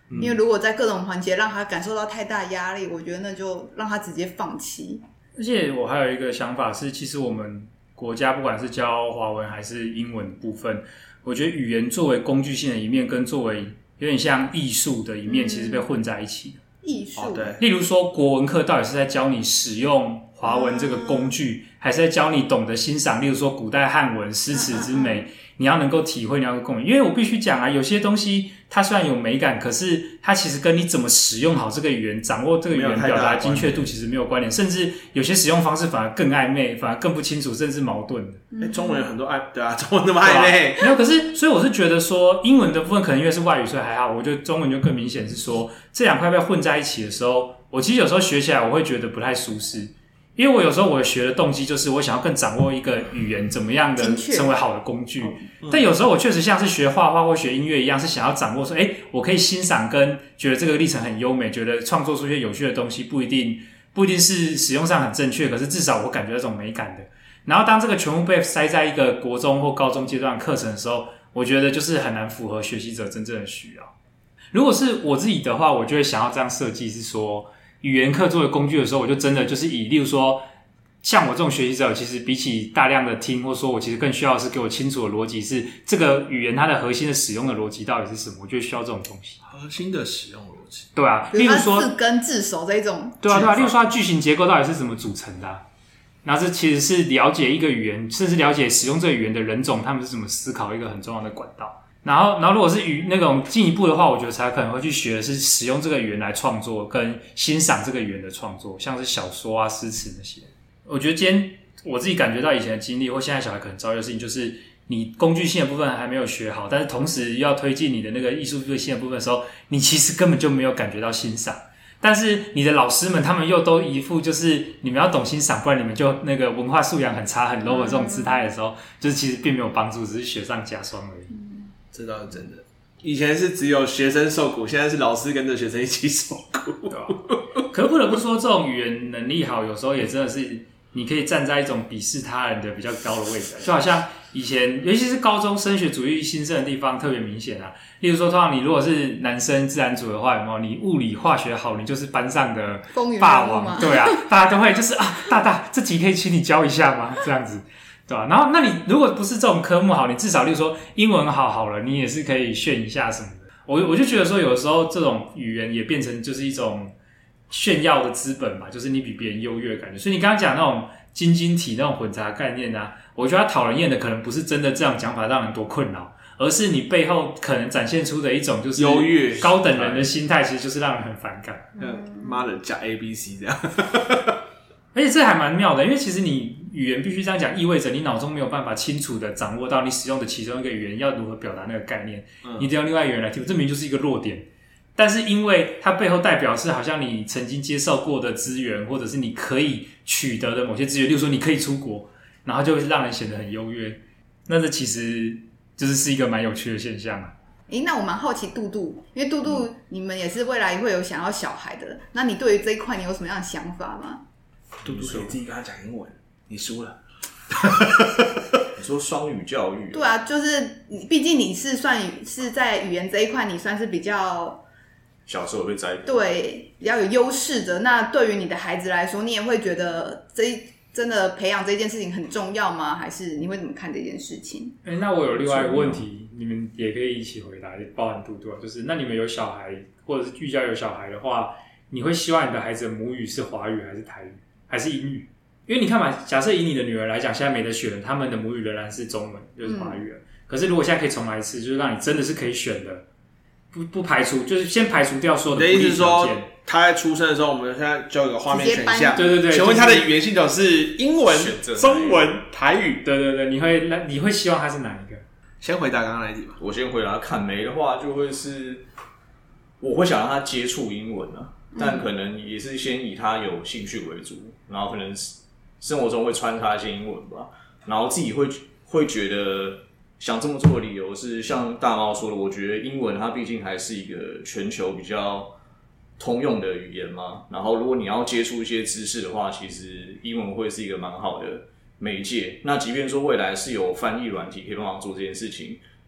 因为如果在各种环节让他感受到太大压力，我觉得那就让他直接放弃。 而且我还有一个想法是，其实我们国家不管是教华文还是英文的部分，我觉得语言作为工具性的一面，跟作为有点像艺术的一面，其实被混在一起的。 艺术， 对， 例如说国文课到底是在教你使用华文这个工具，还是在教你懂得欣赏，例如说古代汉文诗词之美，你要能够体会，你要共鸣。因为我必须讲啊，有些东西它虽然有美感，可是它其实跟你怎么使用好这个语言，掌握这个语言表达精确度其实没有关联，甚至有些使用方式反而更暧昧，反而更不清楚，甚至矛盾的。 中文有很多对啊，中文那么暧昧， 没有。可是，所以我是觉得说，英文的部分可能因为是外语，所以还好。我觉得中文就更明显是说，这两块被混在一起的时候，我其实有时候学起来我会觉得不太舒适。因为我有时候我学的动机就是我想要更掌握一个语言怎么样的成为好的工具，但有时候我确实像是学画画或学音乐一样，是想要掌握说，我可以欣赏跟觉得这个历程很优美，觉得创作出一些有趣的东西，不一定是使用上很正确，可是至少我感觉到这种美感的。然后当这个全部被塞在一个国中或高中阶段的课程的时候，我觉得就是很难符合学习者真正的需要。如果是我自己的话，我就会想要这样设计，是说语言课作为工具的时候，我就真的就是以例如说像我这种学习者，其实比起大量的听，或者说我其实更需要的是给我清楚的逻辑，是这个语言它的核心的使用的逻辑到底是什么，我就需要这种东西。 核心的使用逻辑， 对啊，例如说字根字首这种， 对啊，例如说它句型结构到底是怎么组成的然后这其实是了解一个语言，甚至了解使用这个语言的人种，他们是怎么思考一个很重要的管道。然后如果是那种进一步的话，我觉得才可能会去学的是使用这个语言来创作跟欣赏这个语言的创作，像是小说啊、诗词那些。我觉得今天我自己感觉到以前的经历，或现在小孩可能遭遇的事情，就是你工具性的部分还没有学好，但是同时要推进你的那个艺术性的部分的时候，你其实根本就没有感觉到欣赏。但是你的老师们他们又都一副就是你们要懂欣赏，不然你们就那个文化素养很差很 low 的这种姿态的时候，就是其实并没有帮助，只是雪上加霜而已。 这倒是真的。以前是只有学生受苦，现在是老师跟着学生一起受苦。 对啊，可是不得不说，这种语言能力好，有时候也真的是你可以站在一种鄙视他人的比较高的位置，就好像以前，尤其是高中升学主义兴盛的地方特别明显啊。例如说，通常你如果是男生自然组的话，有没有你物理化学好，你就是班上的霸王，对啊，大家都会就是大这题可以请你教一下吗？这样子。对吧？然后，那你如果不是这种科目好，你至少例如说英文好了，你也是可以炫一下什么的。我就觉得说，有时候这种语言也变成就是一种炫耀的资本嘛，就是你比别人优越的感觉。所以你刚刚讲那种晶体那种混杂概念啊，我觉得它讨人厌的可能不是真的这样讲法让人多困扰，而是你背后可能展现出的一种就是优越高等人的心态，其实就是让人很反感。 妈的，加 ABC 这样。 而且这还蛮妙的，因为其实你语言必须这样讲，意味着你脑中没有办法清楚的掌握到你使用的其中一个语言要如何表达那个概念，你得用另外一个语言来听，这明明就是一个弱点。但是因为它背后代表是好像你曾经接受过的资源，或者是你可以取得的某些资源，例如说你可以出国，然后就会让人显得很优越。那这其实就是一个蛮有趣的现象啊。 那我蛮好奇杜杜，因为杜杜你们也是未来会有想要小孩的，那你对于这一块你有什么样的想法吗？ 杜杜可以自己跟他讲英文，你输了。 你说双语教育？ 对啊，就是毕竟你是在语言这一块，你算是比较小时候被栽培， 对，比较有优势的。那对于你的孩子来说，你也会觉得真的培养这件事情很重要吗？还是你会怎么看这件事情？ 那我有另外一个问题，你们也可以一起回答，包含杜杜啊，就是那你们有小孩，或者是预教有小孩的话，你会希望你的孩子的母语是华语还是台语还是英语？因为你看嘛，假设以你的女儿来讲，现在没得选，他们的母语仍然是中文，就是华语了。可是如果现在可以重来一次，就是让你真的是可以选的，不排除，就是先排除掉所有的不利条件。你的意思是说， 他在出生的时候，我们现在就有个画面选项， 对， 请问他的语言系统是英文、中文、台语？ 对，你会希望他是哪一个？ 先回答刚刚那一题吧。 我先回答，看没的话就会是，我会想让他接触英文啊，但可能也是先以他有兴趣为主，然后可能生活中会穿插一些英文吧，然后自己会觉得想这么做的理由是像大猫说的，我觉得英文它毕竟还是一个全球比较通用的语言嘛，然后如果你要接触一些知识的话，其实英文会是一个蛮好的媒介。那即便说未来是有翻译软体可以帮忙做这件事情，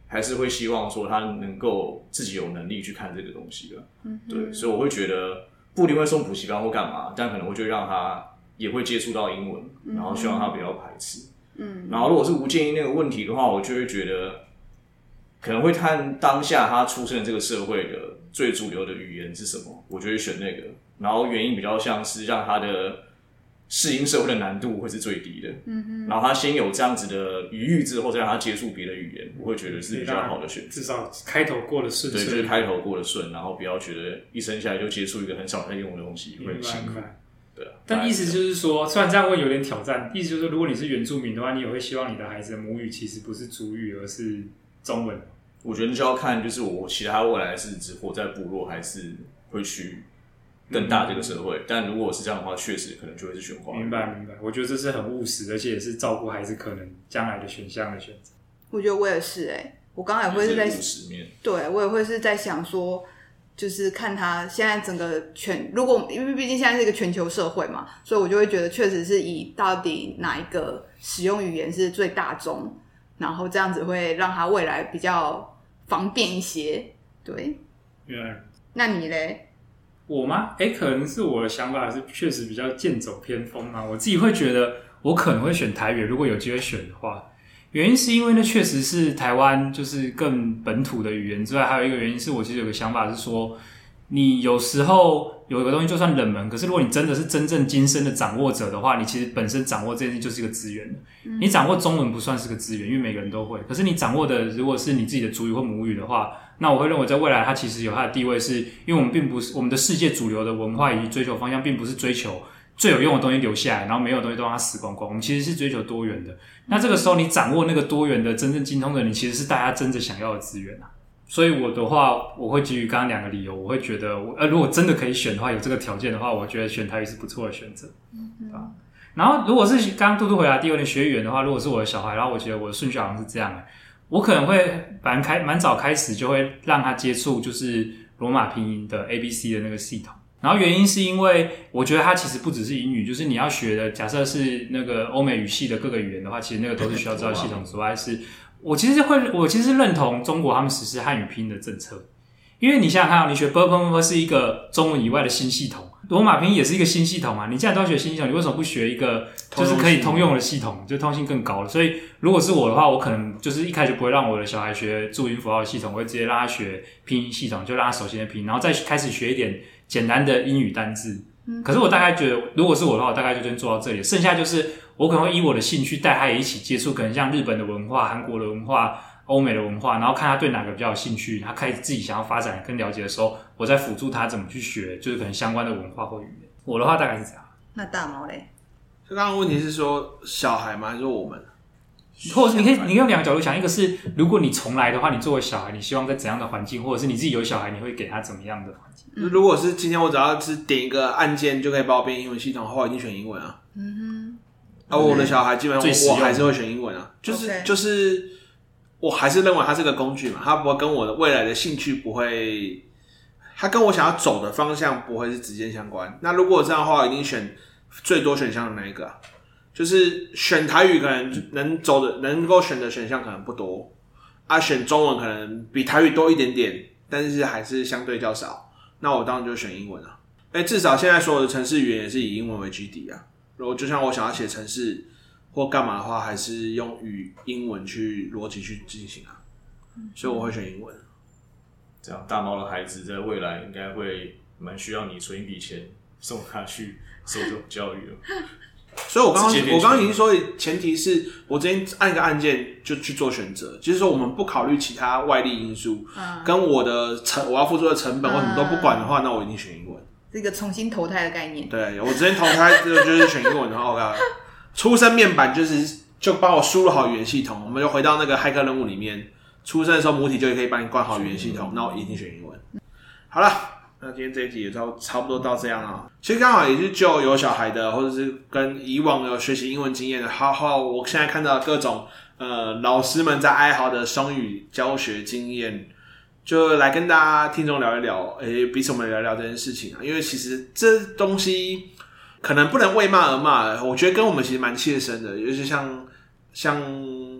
还是会希望说他能够自己有能力去看这个东西的。对，所以我会觉得不一定会送补习班或干嘛，但可能我就让他也会接触到英文，然后希望他不要排斥。然后如果是吴建英那个问题的话，我就会觉得可能会看当下他出生的这个社会的最主流的语言是什么，我就会选那个。然后原因比较像是让他的适应社会的难度会是最低的。然后他先有这样子的余裕之后，再让他接触别的语言，我会觉得是比较好的选择。 至少开头过得顺。 对，就是开头过得顺，然后不要觉得一生下来就接触一个很少在用的东西会很辛苦。对啊。 但意思就是说，虽然这样问有点挑战，意思就是说，如果你是原住民的话，你也会希望你的孩子的母语其实不是族语，而是中文。 我觉得就要看，就是我其他未来是只活在部落，还是会去更大这个社会。但如果是这样的话，确实可能就会是选华语。 明白。我觉得这是很务实，而且也是照顾孩子可能将来的选项的选择。 我觉得我也是我刚才也会是在务实面， 对我也会是在想说，就是看他现在整个如果因为毕竟现在是一个全球社会嘛，所以我就会觉得确实是以到底哪一个使用语言是最大众，然后这样子会让他未来比较方便一些。对， 原来。 那你嘞？ 我吗？可能是我的想法是确实比较剑走偏锋嘛。我自己会觉得我可能会选台语，如果有机会选的话。原因是因为那确实是台湾就是更本土的语言之外，还有一个原因是我其实有个想法是说，你有时候有一个东西就算冷门，可是如果你真的是真正精深的掌握者的话，你其实本身掌握这件事就是一个资源。你掌握中文不算是个资源，因为每个人都会。可是你掌握的如果是你自己的族语或母语的话，那我会认为在未来它其实有它的地位，是因为我们并不是我们的世界主流的文化以及追求方向并不是追求最有用的东西留下来，然后没有的东西都让它死光光。我们其实是追求多元的。那这个时候你掌握那个多元的真正精通的人，你其实是大家真正想要的资源啊。所以我的话，我会基于刚刚两个理由，我会觉得如果真的可以选的话，有这个条件的话，我觉得选台语是不错的选择。然后如果是刚刚嘟嘟回答第二点学语言的话，如果是我的小孩，然后我觉得我的顺序好像是这样我可能会蛮早开始就会让他接触就是罗马拼音的 ABC 的那个系统。然后原因是因为我觉得它其实不只是英语，就是你要学的，假设是那个欧美语系的各个语言的话，其实那个都是需要知道系统之外，是我其实是认同中国他们实施汉语拼音的政策。因为你想想看你学 ㄅ 是一个中文以外的新系统，罗马拼音也是一个新系统你既然都要学新系统，你为什么不学一个就是可以通用的系统，就通信更高了。所以如果是我的话，我可能就是一开始就不会让我的小孩学注音符号系统，我会直接让他学拼音系统，就让他首先拼，然后再开始学一点简单的英语单字。可是我大概觉得如果是我的话，我大概就先做到这里，剩下就是我可能会依我的兴趣带他也一起接触，可能像日本的文化、韩国的文化、欧美的文化，然后看他对哪个比较有兴趣，他开始自己想要发展跟了解的时候，我再辅助他怎么去学，就是可能相关的文化或语言。我的话大概是这样。 那大毛嘞？ 就刚刚问题是说小孩吗？还是说我们？ 或者你可以用两个角度想，一个是如果你重来的话，你作为小孩，你希望在怎样的环境，或者是你自己有小孩，你会给他怎么样的环境？ 如果是今天我只要是点一个按键就可以帮我编英文系统的话，我一定选英文啊。我的小孩基本上我还是会选英文啊，就是我还是认为它是个工具嘛，它不会跟我的未来的兴趣不会，它跟我想要走的方向不会是直接相关。那如果这样的话，我一定选最多选项的那一个啊。就是选台语可能能够选的选项可能不多选中文可能比台语多一点点，但是还是相对较少。那我当然就选英文了。至少现在所有的程式语言也是以英文为基底啊。如果就像我想要写程式或干嘛的话，还是用英文去逻辑去进行啊。所以我会选英文。 这样大猫的孩子在未来应该会蛮需要你存一笔钱送他去受这种教育了。 所以我刚刚已经说，前提是我直接按一个按键就去做选择，就是说我们不考虑其他外力因素，跟我要付出的成本，我什么都不管的话，那我一定选英文。 这个重新投胎的概念。 对，我之前投胎就是选英文的话 ，OK， 出生面板就帮我输入好语言系统，我们就回到那个骇客任务里面，出生的时候母体就可以帮你灌好语言系统，那我一定选英文。好了。那今天这一集也差不多到这样啊。其实刚好也是就有小孩的，或者是跟以往有学习英文经验的，我现在看到各种老师们在哀嚎的双语教学经验，就来跟大家听众聊一聊，彼此我们聊一聊这件事情啊。因为其实这东西可能不能为骂而骂，我觉得跟我们其实蛮切身的，尤其像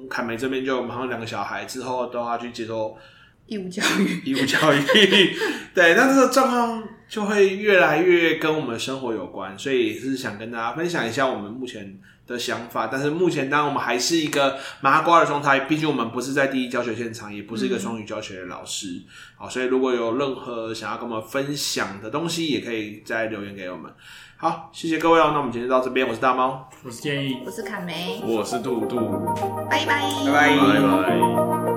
凯梅这边就马上2个小孩之后都要去接受义务教育， 对，那这个状况就会越来越跟我们的生活有关，所以也是想跟大家分享一下我们目前的想法。但是目前当然我们还是一个麻瓜的状态，毕竟我们不是在第一教学现场，也不是一个双语教学的老师，好，所以如果有任何想要跟我们分享的东西，也可以再留言给我们。好，谢谢各位哦，那我们今天就到这边，我是大猫， 我是建议， 我是凯梅， 我是杜杜， 拜拜， 拜拜。 拜拜。